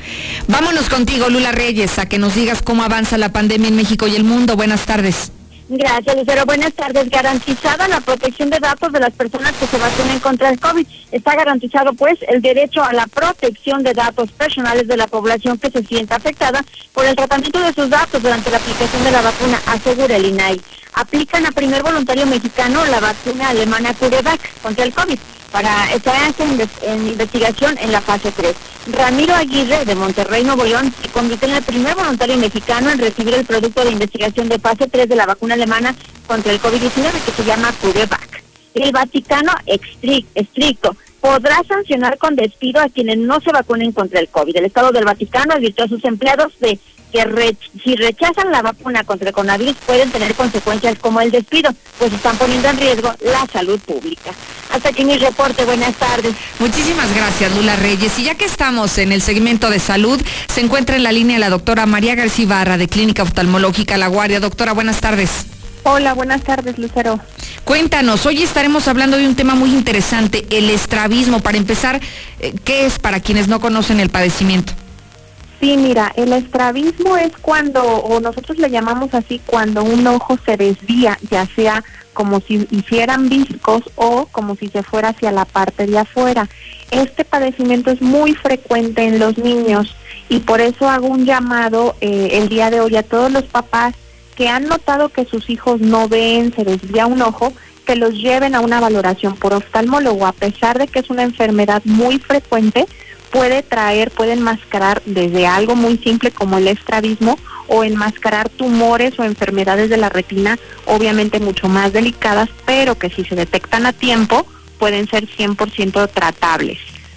Vámonos contigo, Lula Reyes, a que nos digas cómo avanza la pandemia en México y el mundo. Buenas tardes. Gracias, Lucero. Buenas tardes. Garantizada la protección de datos de las personas que se vacunen contra el COVID. Está garantizado, pues, el derecho a la protección de datos personales de la población que se sienta afectada por el tratamiento de sus datos durante la aplicación de la vacuna, asegura el I N A I. Aplican a primer voluntario mexicano la vacuna alemana CureVac contra el COVID. Para estar en investigación en la fase tres. Ramiro Aguirre, de Monterrey, Nuevo León, se convirtió en el primer voluntario mexicano en recibir el producto de investigación de fase tres de la vacuna alemana contra el COVID diecinueve, que se llama CureVac. El Vaticano, estricto, podrá sancionar con despido a quienes no se vacunen contra el COVID. El Estado del Vaticano advirtió a sus empleados de que re, si rechazan la vacuna contra el coronavirus pueden tener consecuencias como el despido, pues están poniendo en riesgo la salud pública. Hasta aquí mi reporte, buenas tardes. Muchísimas gracias, Lula Reyes. Y ya que estamos en el segmento de salud, se encuentra en la línea la doctora María García Ibarra, de Clínica Oftalmológica La Guardia. Doctora, buenas tardes. Hola, buenas tardes, Lucero. Cuéntanos, hoy estaremos hablando de un tema muy interesante, el estrabismo. Para empezar, ¿qué es para quienes no conocen el padecimiento? Sí, mira, el estrabismo es cuando, o nosotros le llamamos así, cuando un ojo se desvía, ya sea como si hicieran viscos o como si se fuera hacia la parte de afuera. Este padecimiento es muy frecuente en los niños y por eso hago un llamado eh, el día de hoy a todos los papás que han notado que sus hijos no ven, se desvía un ojo, que los lleven a una valoración por oftalmólogo, a pesar de que es una enfermedad muy frecuente. Puede traer, puede enmascarar desde algo muy simple como el estrabismo o enmascarar tumores o enfermedades de la retina, obviamente mucho más delicadas, pero que si se detectan a tiempo pueden ser cien por ciento tratables.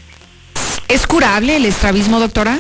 ¿Es curable el estrabismo, doctora?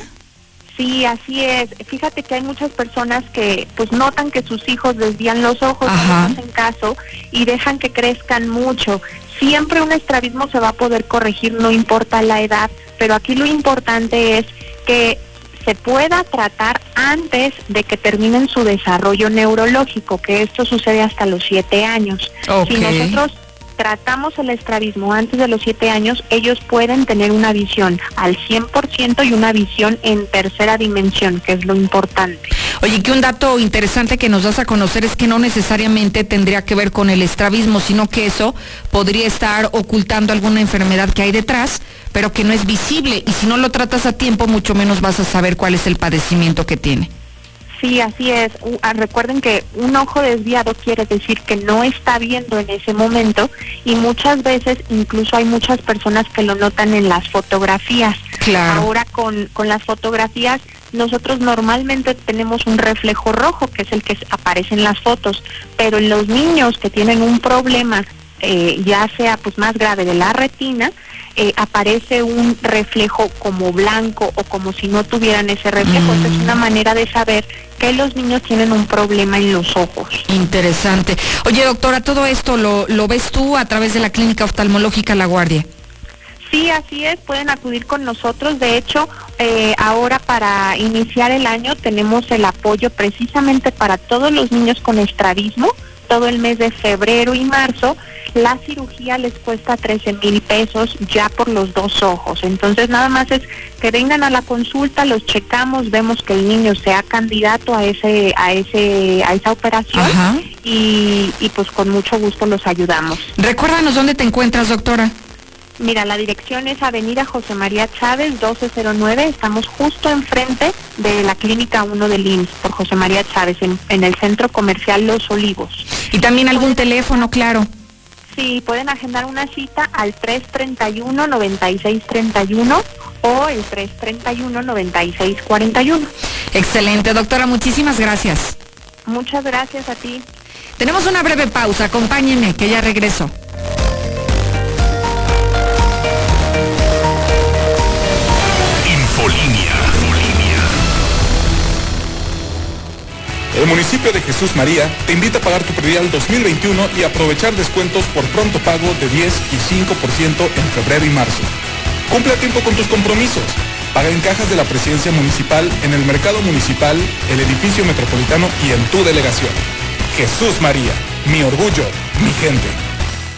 Sí, así es. Fíjate que hay muchas personas que pues notan que sus hijos desvían los ojos, no hacen caso y dejan que crezcan mucho. Siempre un estrabismo se va a poder corregir, no importa la edad, pero aquí lo importante es que se pueda tratar antes de que terminen su desarrollo neurológico, que esto sucede hasta los siete años. Okay. Si nosotros tratamos el estrabismo antes de los siete años, ellos pueden tener una visión al cien por ciento y una visión en tercera dimensión, que es lo importante. Oye, que un dato interesante que nos das a conocer es que no necesariamente tendría que ver con el estrabismo, sino que eso podría estar ocultando alguna enfermedad que hay detrás, pero que no es visible, y si no lo tratas a tiempo, mucho menos vas a saber cuál es el padecimiento que tiene. Sí, así es. Uh, recuerden que un ojo desviado quiere decir que no está viendo en ese momento y muchas veces incluso hay muchas personas que lo notan en las fotografías. Claro. Ahora con, con las fotografías nosotros normalmente tenemos un reflejo rojo, que es el que aparece en las fotos, pero en los niños que tienen un problema eh, ya sea pues más grave de la retina, eh, aparece un reflejo como blanco o como si no tuvieran ese reflejo. Mm. Esa es una manera de saber que los niños tienen un problema en los ojos. Interesante. Oye, doctora, ¿todo esto lo, lo ves tú a través de la Clínica Oftalmológica La Guardia? Sí, así es, pueden acudir con nosotros. De hecho, eh, ahora para iniciar el año tenemos el apoyo precisamente para todos los niños con estrabismo. Todo el mes de febrero y marzo, la cirugía les cuesta trece mil pesos ya por los dos ojos. Entonces nada más es que vengan a la consulta, los checamos, vemos que el niño sea candidato a ese, a ese, a esa operación y, y pues con mucho gusto los ayudamos. Recuérdanos dónde te encuentras, doctora. Mira, la dirección es Avenida José María Chávez, doce cero nueve. Estamos justo enfrente de la Clínica uno del I M S S, por José María Chávez, en, en el Centro Comercial Los Olivos. ¿Y también algún teléfono, claro? Sí, pueden agendar una cita al tres treinta y uno, noventa y seis treinta y uno o el tres treinta y uno, noventa y seis cuarenta y uno. Excelente, doctora, muchísimas gracias. Muchas gracias a ti. Tenemos una breve pausa, acompáñenme, que ya regreso. Infolínea. El municipio de Jesús María te invita a pagar tu predial dos mil veintiuno y aprovechar descuentos por pronto pago de diez y cinco por ciento en febrero y marzo. Cumple a tiempo con tus compromisos. Paga en cajas de la presidencia municipal, en el mercado municipal, el edificio metropolitano y en tu delegación. Jesús María, mi orgullo, mi gente.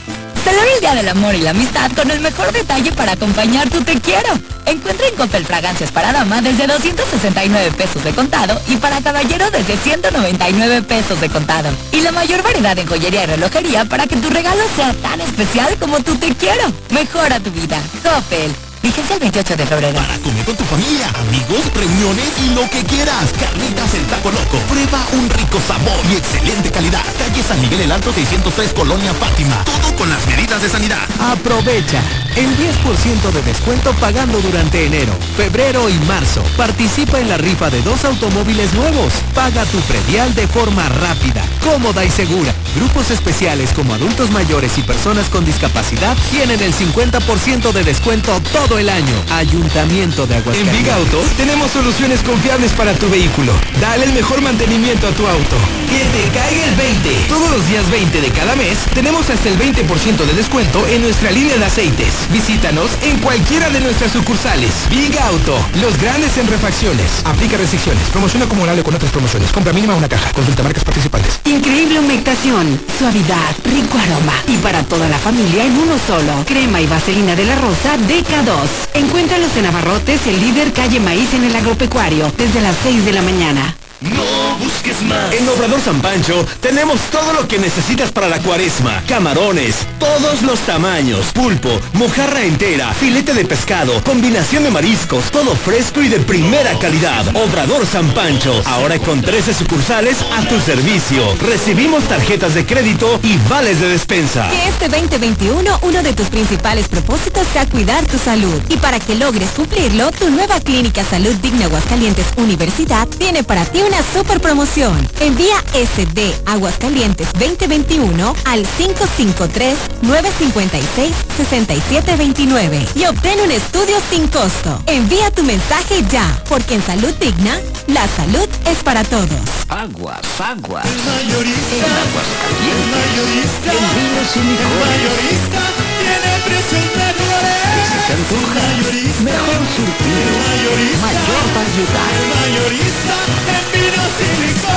Celebra el Día del Amor y la Amistad con el mejor detalle para acompañar tu te quiero. Encuentra en Coppel fragancias para dama desde doscientos sesenta y nueve pesos de contado y para caballero desde ciento noventa y nueve pesos de contado. Y la mayor variedad en joyería y relojería para que tu regalo sea tan especial como tu te quiero. Mejora tu vida. Coppel. Vigencia el veintiocho de febrero. Para comer con tu familia, amigos, reuniones y lo que quieras. Carnitas El Taco Loco. Prueba un rico sabor y excelente calidad. Calle San Miguel el Alto seiscientos tres, Colonia Fátima. Todo con las medidas de sanidad. Aprovecha el diez por ciento de descuento pagando durante enero, febrero y marzo. Participa en la rifa de dos automóviles nuevos. Paga tu predial de forma rápida, cómoda y segura. Grupos especiales como adultos mayores y personas con discapacidad tienen el cincuenta por ciento de descuento todo el año. Ayuntamiento de Aguascalientes. En Big Auto tenemos soluciones confiables para tu vehículo. Dale el mejor mantenimiento a tu auto. Que te caiga el veinte. Todos los días veinte de cada mes tenemos hasta el veinte por ciento de descuento en nuestra línea de aceites. Visítanos en cualquiera de nuestras sucursales. Big Auto, los grandes en refacciones. Aplica restricciones. Promoción acumulable con otras promociones. Compra mínima una caja. Consulta marcas participantes. Increíble humectación, suavidad, rico aroma. Y para toda la familia en uno solo. Crema y vaselina de la Rosa D K dos. Encuéntralos en Abarrotes, el líder calle Maíz en el agropecuario, desde las seis de la mañana. No busques más. En Obrador San Pancho tenemos todo lo que necesitas para la cuaresma. Camarones, todos los tamaños, pulpo, mojarra entera, filete de pescado, combinación de mariscos, todo fresco y de primera calidad. Obrador San Pancho, ahora con trece sucursales a tu servicio. Recibimos tarjetas de crédito y vales de despensa. Que este veinte veintiuno uno de tus principales propósitos sea cuidar tu salud. Y para que logres cumplirlo, tu nueva Clínica Salud Digna Aguascalientes Universidad tiene para ti una super promoción. Envía S D Aguascalientes veinte veintiuno al cinco cinco tres, nueve cinco seis, seis siete dos nueve y obtén un estudio sin costo. Envía tu mensaje ya, porque en Salud Digna, la salud es para todos. Aguas, aguas. El mayorista, en Aguascalientes. El mayorista, en vinos y licores. El mayorista tiene precios mejores. ¿Qué se te antoja? Mejor surtido. Mayor variedad. El mayorista en vinos y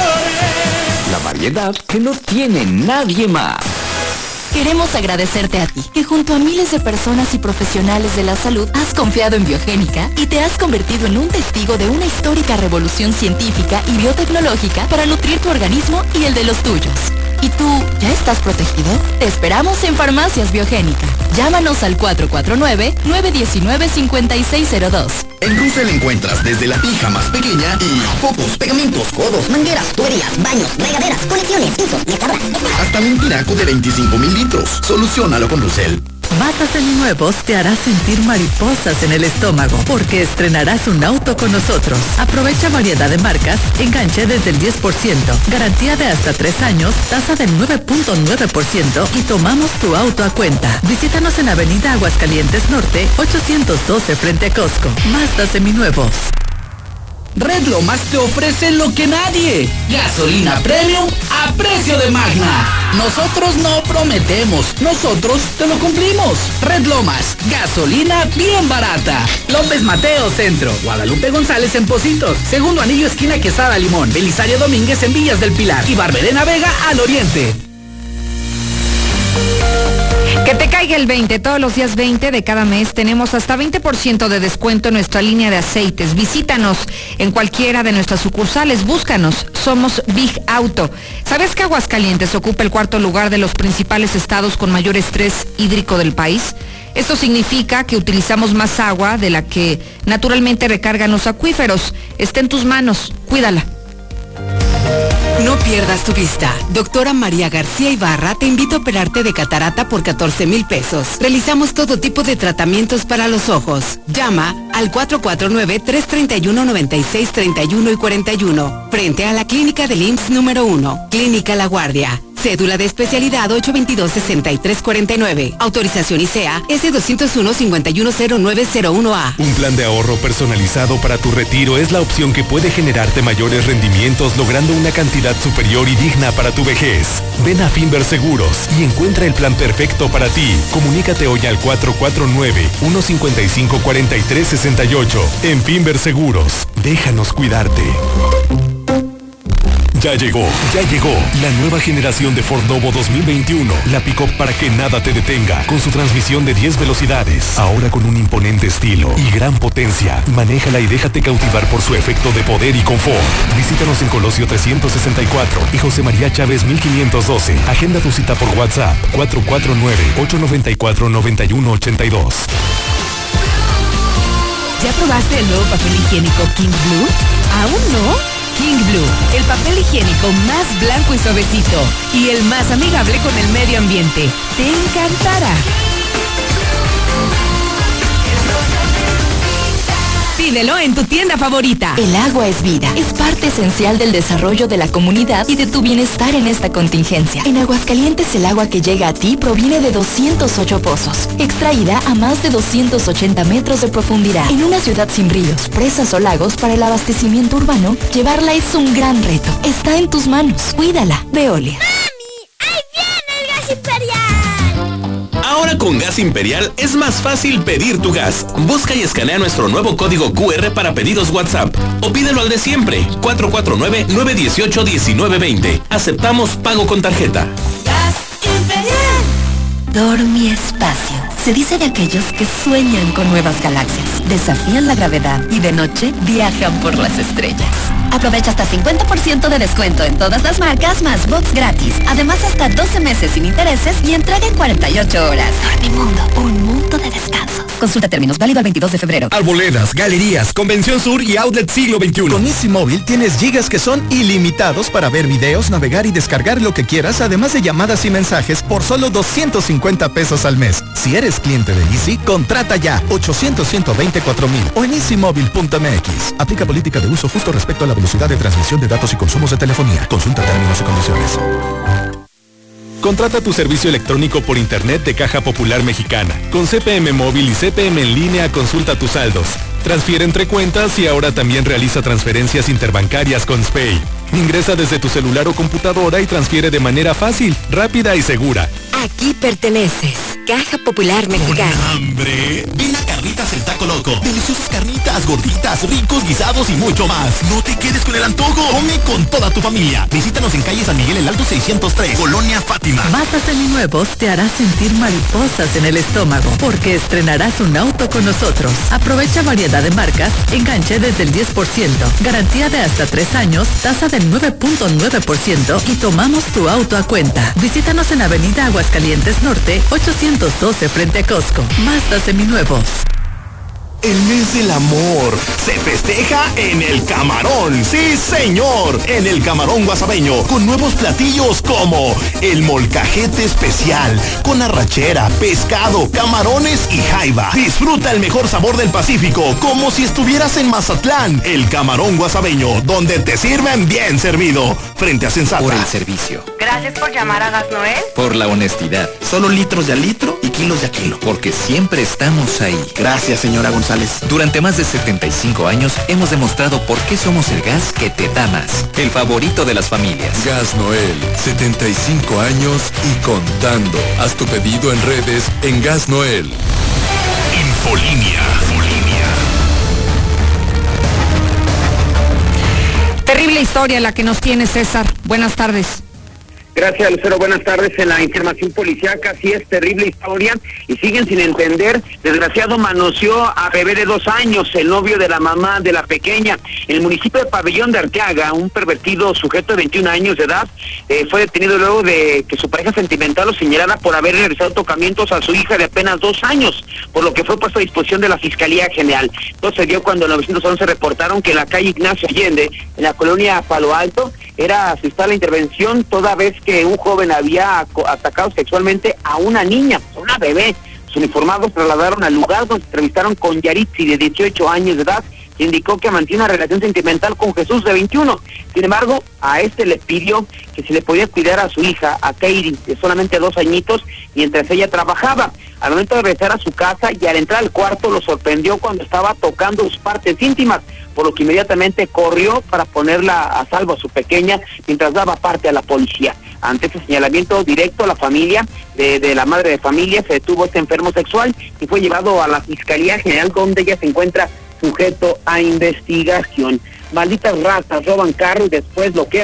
licores. La variedad que no tiene nadie más. Queremos agradecerte a ti, que junto a miles de personas y profesionales de la salud has confiado en Biogénica y te has convertido en un testigo de una histórica revolución científica y biotecnológica para nutrir tu organismo y el de los tuyos. ¿Y tú, ya estás protegido? Te esperamos en Farmacias Biogénica. Llámanos al cuatro cuatro nueve, nueve uno nueve, cinco seis cero dos. En Russell encuentras desde la pija más pequeña y focos, pegamentos, codos, mangueras, tuberías, baños, regaderas, conexiones, pisos, mezcladoras, hasta un tinaco de veinticinco mil litros. Soluciónalo con Russell. Batas seminuevos te hará sentir mariposas en el estómago porque estrenarás un auto con nosotros. Aprovecha variedad de marcas, enganche desde el diez por ciento, garantía de hasta tres años, tasa del nueve punto nueve por ciento y tomamos tu auto a cuenta. Visítanos en Avenida Aguascalientes Norte, ochocientos doce frente a Costco. Mazda seminuevos. Red Lomas te ofrece lo que nadie. Gasolina premium a precio de Magna. Nosotros no prometemos, nosotros te lo cumplimos. Red Lomas, gasolina bien barata. López Mateo Centro, Guadalupe González en Pocitos, Segundo Anillo esquina Quesada Limón, Belisario Domínguez en Villas del Pilar y Barberena Vega al oriente. Que te caiga el veinte, todos los días veinte de cada mes tenemos hasta veinte por ciento de descuento en nuestra línea de aceites. Visítanos en cualquiera de nuestras sucursales, búscanos, somos Big Auto. ¿Sabes que Aguascalientes ocupa el cuarto lugar de los principales estados con mayor estrés hídrico del país? Esto significa que utilizamos más agua de la que naturalmente recargan los acuíferos. Está en tus manos, cuídala. No pierdas tu vista. Doctora María García Ibarra te invita a operarte de catarata por catorce mil pesos. Realizamos todo tipo de tratamientos para los ojos. Llama al cuatro cuatro nueve, tres tres uno, nueve seis tres uno y cuarenta y uno. Frente a la clínica del I M S S número uno. Clínica La Guardia. Cédula de especialidad ocho veintidós, sesenta y tres cuarenta y nueve. Autorización I C E A S doscientos uno, cincuenta y uno cero nueve cero uno A. Un plan de ahorro personalizado para tu retiro es la opción que puede generarte mayores rendimientos logrando una cantidad superior y digna para tu vejez. Ven a Finver Seguros y encuentra el plan perfecto para ti. Comunícate hoy al cuatro cuatro nueve, uno cinco cinco, cuatro tres seis ocho. En Finver Seguros, déjanos cuidarte. Ya llegó, ya llegó la nueva generación de Ford Novo dos mil veintiuno, la pick-up para que nada te detenga, con su transmisión de diez velocidades, ahora con un imponente estilo y gran potencia. Manéjala y déjate cautivar por su efecto de poder y confort. Visítanos en Colosio trescientos sesenta y cuatro y José María Chávez mil quinientos doce. Agenda tu cita por WhatsApp cuatro cuatro nueve, ocho nueve cuatro, nueve uno ocho dos. ¿Ya probaste el nuevo papel higiénico King Blue? ¿Aún no? King Blue, el papel higiénico más blanco y suavecito y el más amigable con el medio ambiente. Te encantará. Pídelo en tu tienda favorita. El agua es vida. Es parte esencial del desarrollo de la comunidad y de tu bienestar en esta contingencia. En Aguascalientes, el agua que llega a ti proviene de doscientos ocho pozos, extraída a más de doscientos ochenta metros de profundidad. En una ciudad sin ríos, presas o lagos, para el abastecimiento urbano, llevarla es un gran reto. Está en tus manos. Cuídala. Veolia. ¡Ahí viene el gas imperial! Ahora con Gas Imperial es más fácil pedir tu gas. Busca y escanea nuestro nuevo código Q R para pedidos WhatsApp o pídelo al de siempre, cuatro cuatro nueve, nueve uno ocho, uno nueve dos cero. Aceptamos pago con tarjeta. Gas Imperial. Dormiespacio. Se dice de aquellos que sueñan con nuevas galaxias, desafían la gravedad y de noche viajan por las estrellas. Aprovecha hasta cincuenta por ciento de descuento en todas las marcas más box gratis. Además, hasta doce meses sin intereses y entrega en cuarenta y ocho horas. Dormimundo, un mundo de descanso. Consulta términos, válido el veintidós de febrero. Arboledas, galerías, Convención Sur y Outlet Siglo veintiuno. Con Easy Móvil tienes gigas que son ilimitados para ver videos, navegar y descargar lo que quieras, además de llamadas y mensajes por solo doscientos cincuenta pesos al mes. Si eres cliente de Easy, contrata ya ochocientos, ciento veinticuatro mil o en easy móvil punto m x. Aplica política de uso justo respecto a la velocidad de transmisión de datos y consumos de telefonía. Consulta términos y condiciones. Contrata tu servicio electrónico por internet de Caja Popular Mexicana. Con C P M Móvil y C P M en línea, consulta tus saldos. Transfiere entre cuentas y ahora también realiza transferencias interbancarias con SPAY. Ingresa desde tu celular o computadora y transfiere de manera fácil, rápida y segura. Aquí perteneces. Caja Popular Mexicana. ¡Hambre! Ven a Carnitas el Taco Loco. Deliciosas carnitas, gorditas, ricos guisados y mucho más. No te quedes con el antojo. Come con toda tu familia. Visítanos en calle San Miguel el Alto seiscientos tres, Colonia Fátima. Mazda Seminuevos te hará sentir mariposas en el estómago porque estrenarás un auto con nosotros. Aprovecha variedad de marcas, enganche desde el diez por ciento, garantía de hasta tres años, tasa del nueve punto nueve por ciento y tomamos tu auto a cuenta. Visítanos en Avenida Aguascalientes Norte, ochocientos doce frente a Costco. Mazda Seminuevos. El mes del amor se festeja en El Camarón. Sí, señor, en El Camarón Guasabeño, con nuevos platillos como el molcajete especial, con arrachera, pescado, camarones y jaiba. Disfruta el mejor sabor del Pacífico, como si estuvieras en Mazatlán. El Camarón Guasabeño, donde te sirven bien servido, frente a Sensata. Por el servicio. Gracias por llamar a Gas Noel. Por la honestidad. Solo litros de a litro y kilos de a kilo. Porque siempre estamos ahí. Gracias, señora González. Durante más de setenta y cinco años hemos demostrado por qué somos el gas que te da más. El favorito de las familias. Gas Noel, setenta y cinco años y contando. Haz tu pedido en redes en Gas Noel. Infolínea. Terrible historia la que nos tiene César. Buenas tardes. Gracias, Lucero. Buenas tardes. En la información policíaca, sí es terrible historia y siguen sin entender. Desgraciado manoseó a bebé de dos años, el novio de la mamá de la pequeña. En el municipio de Pabellón de Arteaga, un pervertido sujeto de veintiún años de edad eh, fue detenido luego de que su pareja sentimental lo señalara por haber realizado tocamientos a su hija de apenas dos años, por lo que fue puesto a disposición de la Fiscalía General. Esto se dio cuando en novecientos once reportaron que en la calle Ignacio Allende, en la colonia Palo Alto, era asistir a la intervención toda vez que un joven había atacado sexualmente a una niña, una bebé. Los uniformados trasladaron al lugar donde se entrevistaron con Yaritzi, de dieciocho años de edad, que indicó que mantiene una relación sentimental con Jesús, de veintiuno. Sin embargo, a este le pidió que si le podía cuidar a su hija, a Kairi, de solamente dos añitos, mientras ella trabajaba. Al momento de regresar a su casa y al entrar al cuarto, lo sorprendió cuando estaba tocando sus partes íntimas, por lo que inmediatamente corrió para ponerla a salvo a su pequeña mientras daba parte a la policía. Ante ese señalamiento directo, la familia de, de la madre de familia se detuvo este enfermo sexual y fue llevado a la Fiscalía General, donde ella se encuentra sujeto a investigación. Malditas ratas, roban carro y después lo queman.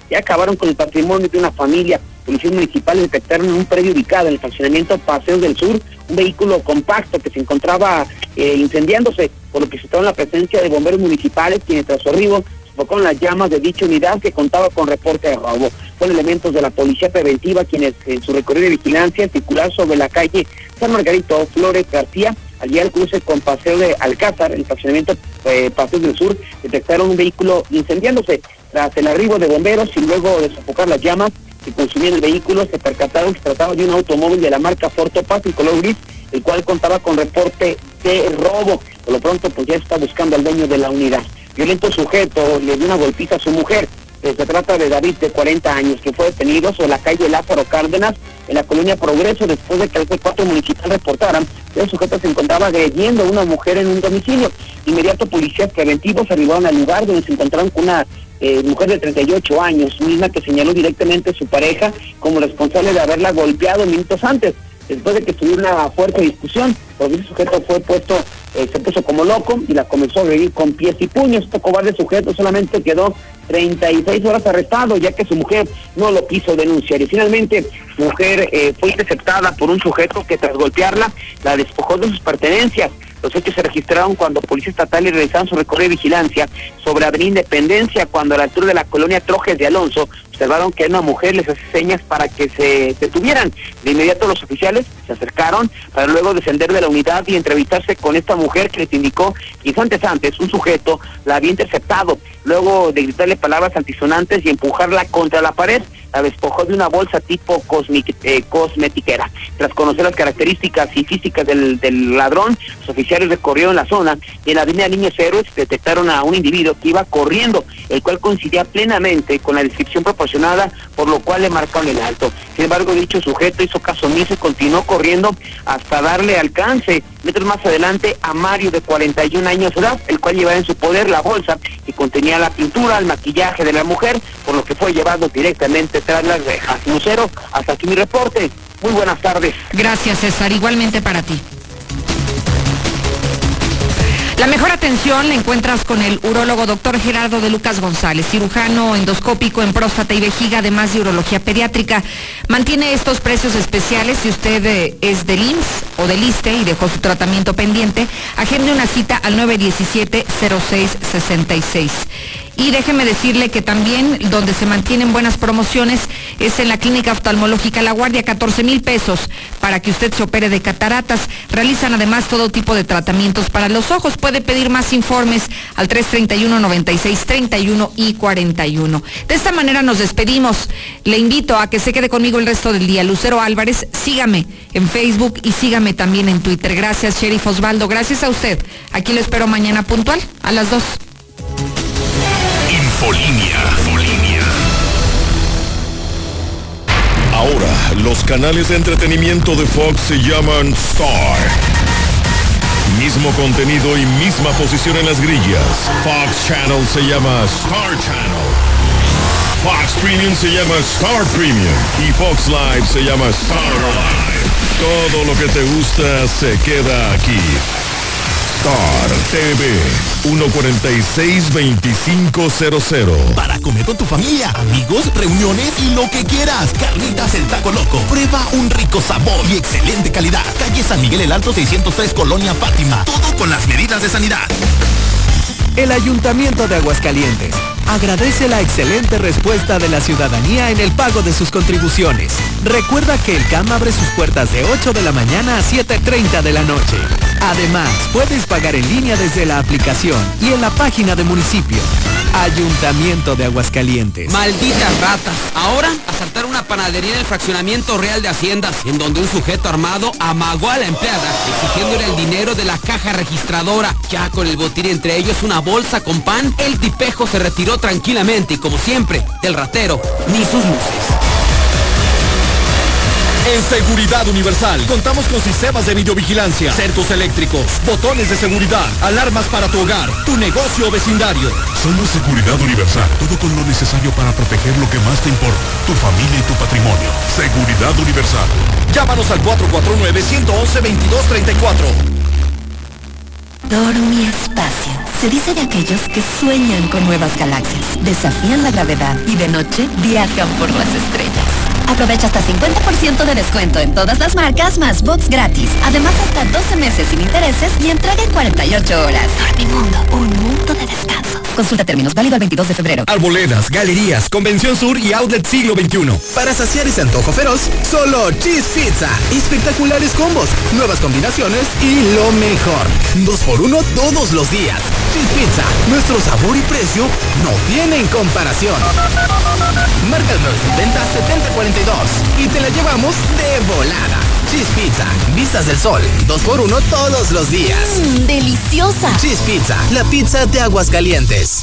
y acabaron con el patrimonio de una familia. Policías municipales detectaron en un predio ubicado en el fraccionamiento Paseos del Sur un vehículo compacto que se encontraba eh, incendiándose, por lo que se estaba la presencia de bomberos municipales, quienes tras su arribo sofocaron las llamas de dicha unidad que contaba con reporte de robo. Fueron elementos de la policía preventiva quienes en su recorrido de vigilancia circular sobre la calle San Margarito Flores García, allí al cruce con Paseo de Alcázar, el fraccionamiento eh, Paseos del Sur, detectaron un vehículo incendiándose. Tras el arribo de bomberos y luego de sofocar las llamas que consumían el vehículo, se percataron que se trataba de un automóvil de la marca Ford Topaz en color gris, el cual contaba con reporte de robo. Por lo pronto, pues ya está buscando al dueño de la unidad. Violento sujeto le dio una golpiza a su mujer. Se trata de David, de cuarenta años, que fue detenido sobre la calle Lázaro Cárdenas, en la colonia Progreso, después de que el C cuatro municipal reportaran que el sujeto se encontraba agrediendo a una mujer en un domicilio. Inmediato, policías preventivos arribaron al lugar donde se encontraron con una eh, mujer de treinta y ocho años, misma que señaló directamente a su pareja como responsable de haberla golpeado minutos antes. Después de que tuviera una fuerte discusión, pues el sujeto fue puesto, eh, se puso como loco y la comenzó a agredir con pies y puños. Este cobarde sujeto solamente quedó treinta y seis horas arrestado, ya que su mujer no lo quiso denunciar. Y finalmente, su mujer eh, fue interceptada por un sujeto que tras golpearla, la despojó de sus pertenencias. Los hechos se registraron cuando policías estatales realizaron su recorrido de vigilancia sobre Avenida Independencia, cuando a la altura de la colonia Trojes de Alonso observaron que una mujer les hace señas para que se detuvieran. De inmediato los oficiales se acercaron para luego descender de la unidad y entrevistarse con esta mujer que les indicó que instantes antes un sujeto la había interceptado. Luego de gritarle palabras antisonantes y empujarla contra la pared, la despojó de una bolsa tipo cosmic, eh, cosmetiquera. Tras conocer las características y físicas del, del ladrón, los oficiales recorrieron la zona y en la avenida Niños Héroes detectaron a un individuo que iba corriendo, el cual coincidía plenamente con la descripción proporcionada, por lo cual le marcaron el alto. Sin embargo, dicho sujeto hizo caso omiso y continuó corriendo hasta darle alcance. Metros más adelante a Mario, de cuarenta y un años de edad, el cual llevaba en su poder la bolsa que contenía la pintura, el maquillaje de la mujer, por lo que fue llevado directamente tras las rejas. Lucero, hasta aquí mi reporte. Muy buenas tardes. Gracias, César. Igualmente para ti. La mejor atención la encuentras con el urólogo doctor Gerardo de Lucas González, cirujano endoscópico en próstata y vejiga, además de urología pediátrica. Mantiene estos precios especiales si usted eh, es del I M S S o del ISSSTE y dejó su tratamiento pendiente. Agende una cita al nueve diecisiete cero seis sesenta y seis. Y déjeme decirle que también donde se mantienen buenas promociones es en la Clínica Oftalmológica La Guardia, catorce mil pesos para que usted se opere de cataratas. Realizan además todo tipo de tratamientos para los ojos. Puede pedir más informes al tres treinta y uno, noventa y seis, treinta y uno y cuarenta y uno. De esta manera nos despedimos. Le invito a que se quede conmigo el resto del día. Lucero Álvarez, sígame en Facebook y sígame también en Twitter. Gracias, Sheriff Osvaldo. Gracias a usted. Aquí lo espero mañana puntual a las dos. Infolinia. Infolinia. Ahora, los canales de entretenimiento de Fox se llaman Star. Mismo contenido y misma posición en las grillas. Fox Channel se llama Star Channel. Fox Premium se llama Star Premium. Y Fox Live se llama Star Live. Todo lo que te gusta se queda aquí. Star T V, uno cuarenta y seis veinticinco cero cero. Para comer con tu familia, amigos, reuniones y lo que quieras. Carnitas El Taco Loco. Prueba un rico sabor y excelente calidad. Calle San Miguel el Alto seiscientos tres, Colonia Fátima. Todo con las medidas de sanidad. El Ayuntamiento de Aguascalientes agradece la excelente respuesta de la ciudadanía en el pago de sus contribuciones. Recuerda que el C A M abre sus puertas de ocho de la mañana a siete treinta de la noche. Además, puedes pagar en línea desde la aplicación y en la página de municipio. Ayuntamiento de Aguascalientes. Malditas ratas. Ahora, asaltar una panadería en el fraccionamiento Real de Haciendas, en donde un sujeto armado amagó a la empleada, exigiéndole el dinero de la caja registradora. Ya con el botín entre ellos una bolsa con pan, el tipejo se retiró tranquilamente y, como siempre, del ratero ni sus luces. En Seguridad Universal contamos con sistemas de videovigilancia, cercos eléctricos, botones de seguridad, alarmas para tu hogar, tu negocio o vecindario. Somos Seguridad Universal, todo con lo necesario para proteger lo que más te importa, tu familia y tu patrimonio. Seguridad Universal. Llámanos al cuatro cuatro nueve, uno uno uno, dos dos tres cuatro. Dormi Espacio. se dice de aquellos que sueñan con nuevas galaxias, desafían la gravedad y de noche viajan por las estrellas. Aprovecha hasta cincuenta por ciento de descuento en todas las marcas más box gratis. Además, hasta doce meses sin intereses y entrega en cuarenta y ocho horas. Dormimundo, un mundo de descanso. Consulta términos, válido el veintidós de febrero. Arboledas, galerías, Convención Sur y Outlet Siglo veintiuno. Para saciar ese antojo feroz, solo Cheese Pizza. Espectaculares combos, nuevas combinaciones y lo mejor. Dos por uno todos los días. Cheese Pizza, nuestro sabor y precio no tienen comparación. Marca el nueve setenta, setenta cuarenta y dos y te la llevamos de volada. Cheese Pizza, vistas del sol, dos por uno todos los días. Mmm, deliciosa. Cheese Pizza, la pizza de Aguascalientes.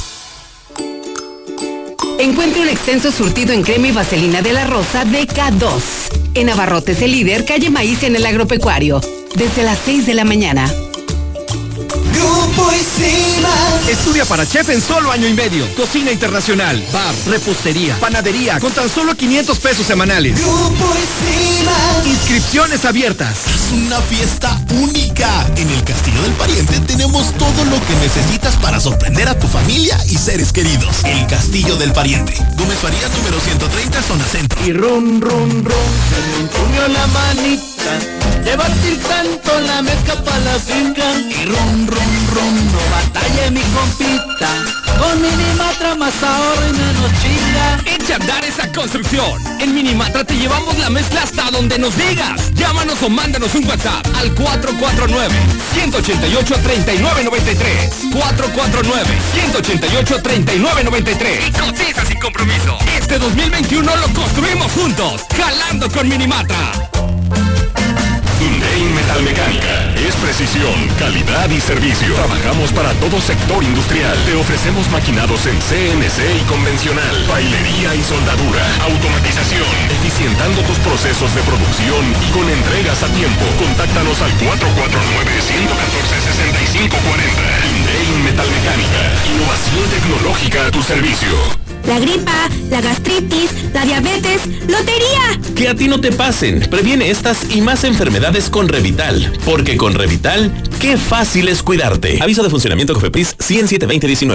Encuentre un extenso surtido en crema y vaselina de la Rosa de K dos. En Abarrotes el líder, calle Maíz en el Agropecuario. Desde las seis de la mañana. Grupo Isima. Estudia para chef en solo año y medio. Cocina internacional, bar, repostería, panadería, con tan solo quinientos pesos semanales. Grupo Isima. Inscripciones abiertas. Es una fiesta única. En el Castillo del Pariente tenemos todo lo que necesitas para sorprender a tu familia y seres queridos. El Castillo del Pariente. Gómez Farías número ciento treinta, zona centro. Y rum, rum, rum, se me encomió la manita. Llévate el canto, la mezcla pa' la finca. Y rum, rum, rum, no batalla mi compita. Con Minimatra más ahorro y menos chinga. Echa a andar esa construcción. En Minimatra te llevamos la mezcla hasta donde nos digas. Llámanos o mándanos un WhatsApp al cuatro cuatro nueve, uno ocho ocho, tres nueve nueve tres. cuatro cuatro nueve, uno ocho ocho, tres nueve nueve tres. Y cotiza sin compromiso. Este dos mil veintiuno lo construimos juntos. Jalando con Minimatra. Hyundai Metalmecánica. Es precisión, calidad y servicio. Trabajamos para todo sector industrial. Te ofrecemos maquinados en C N C y convencional, bailería y soldadura, automatización, eficientando tus procesos de producción y con entregas a tiempo. Contáctanos al cuatro cuatro nueve, uno uno cuatro, seis cinco cuatro cero. Hyundai Metalmecánica. Innovación tecnológica a tu servicio. La gripa, la gastritis, la diabetes, lotería. Que a ti no te pasen. Previene estas y más enfermedades con Revital. Porque con Revital, qué fácil es cuidarte. Aviso de funcionamiento COFEPRIS cien siete veinte diecinueve.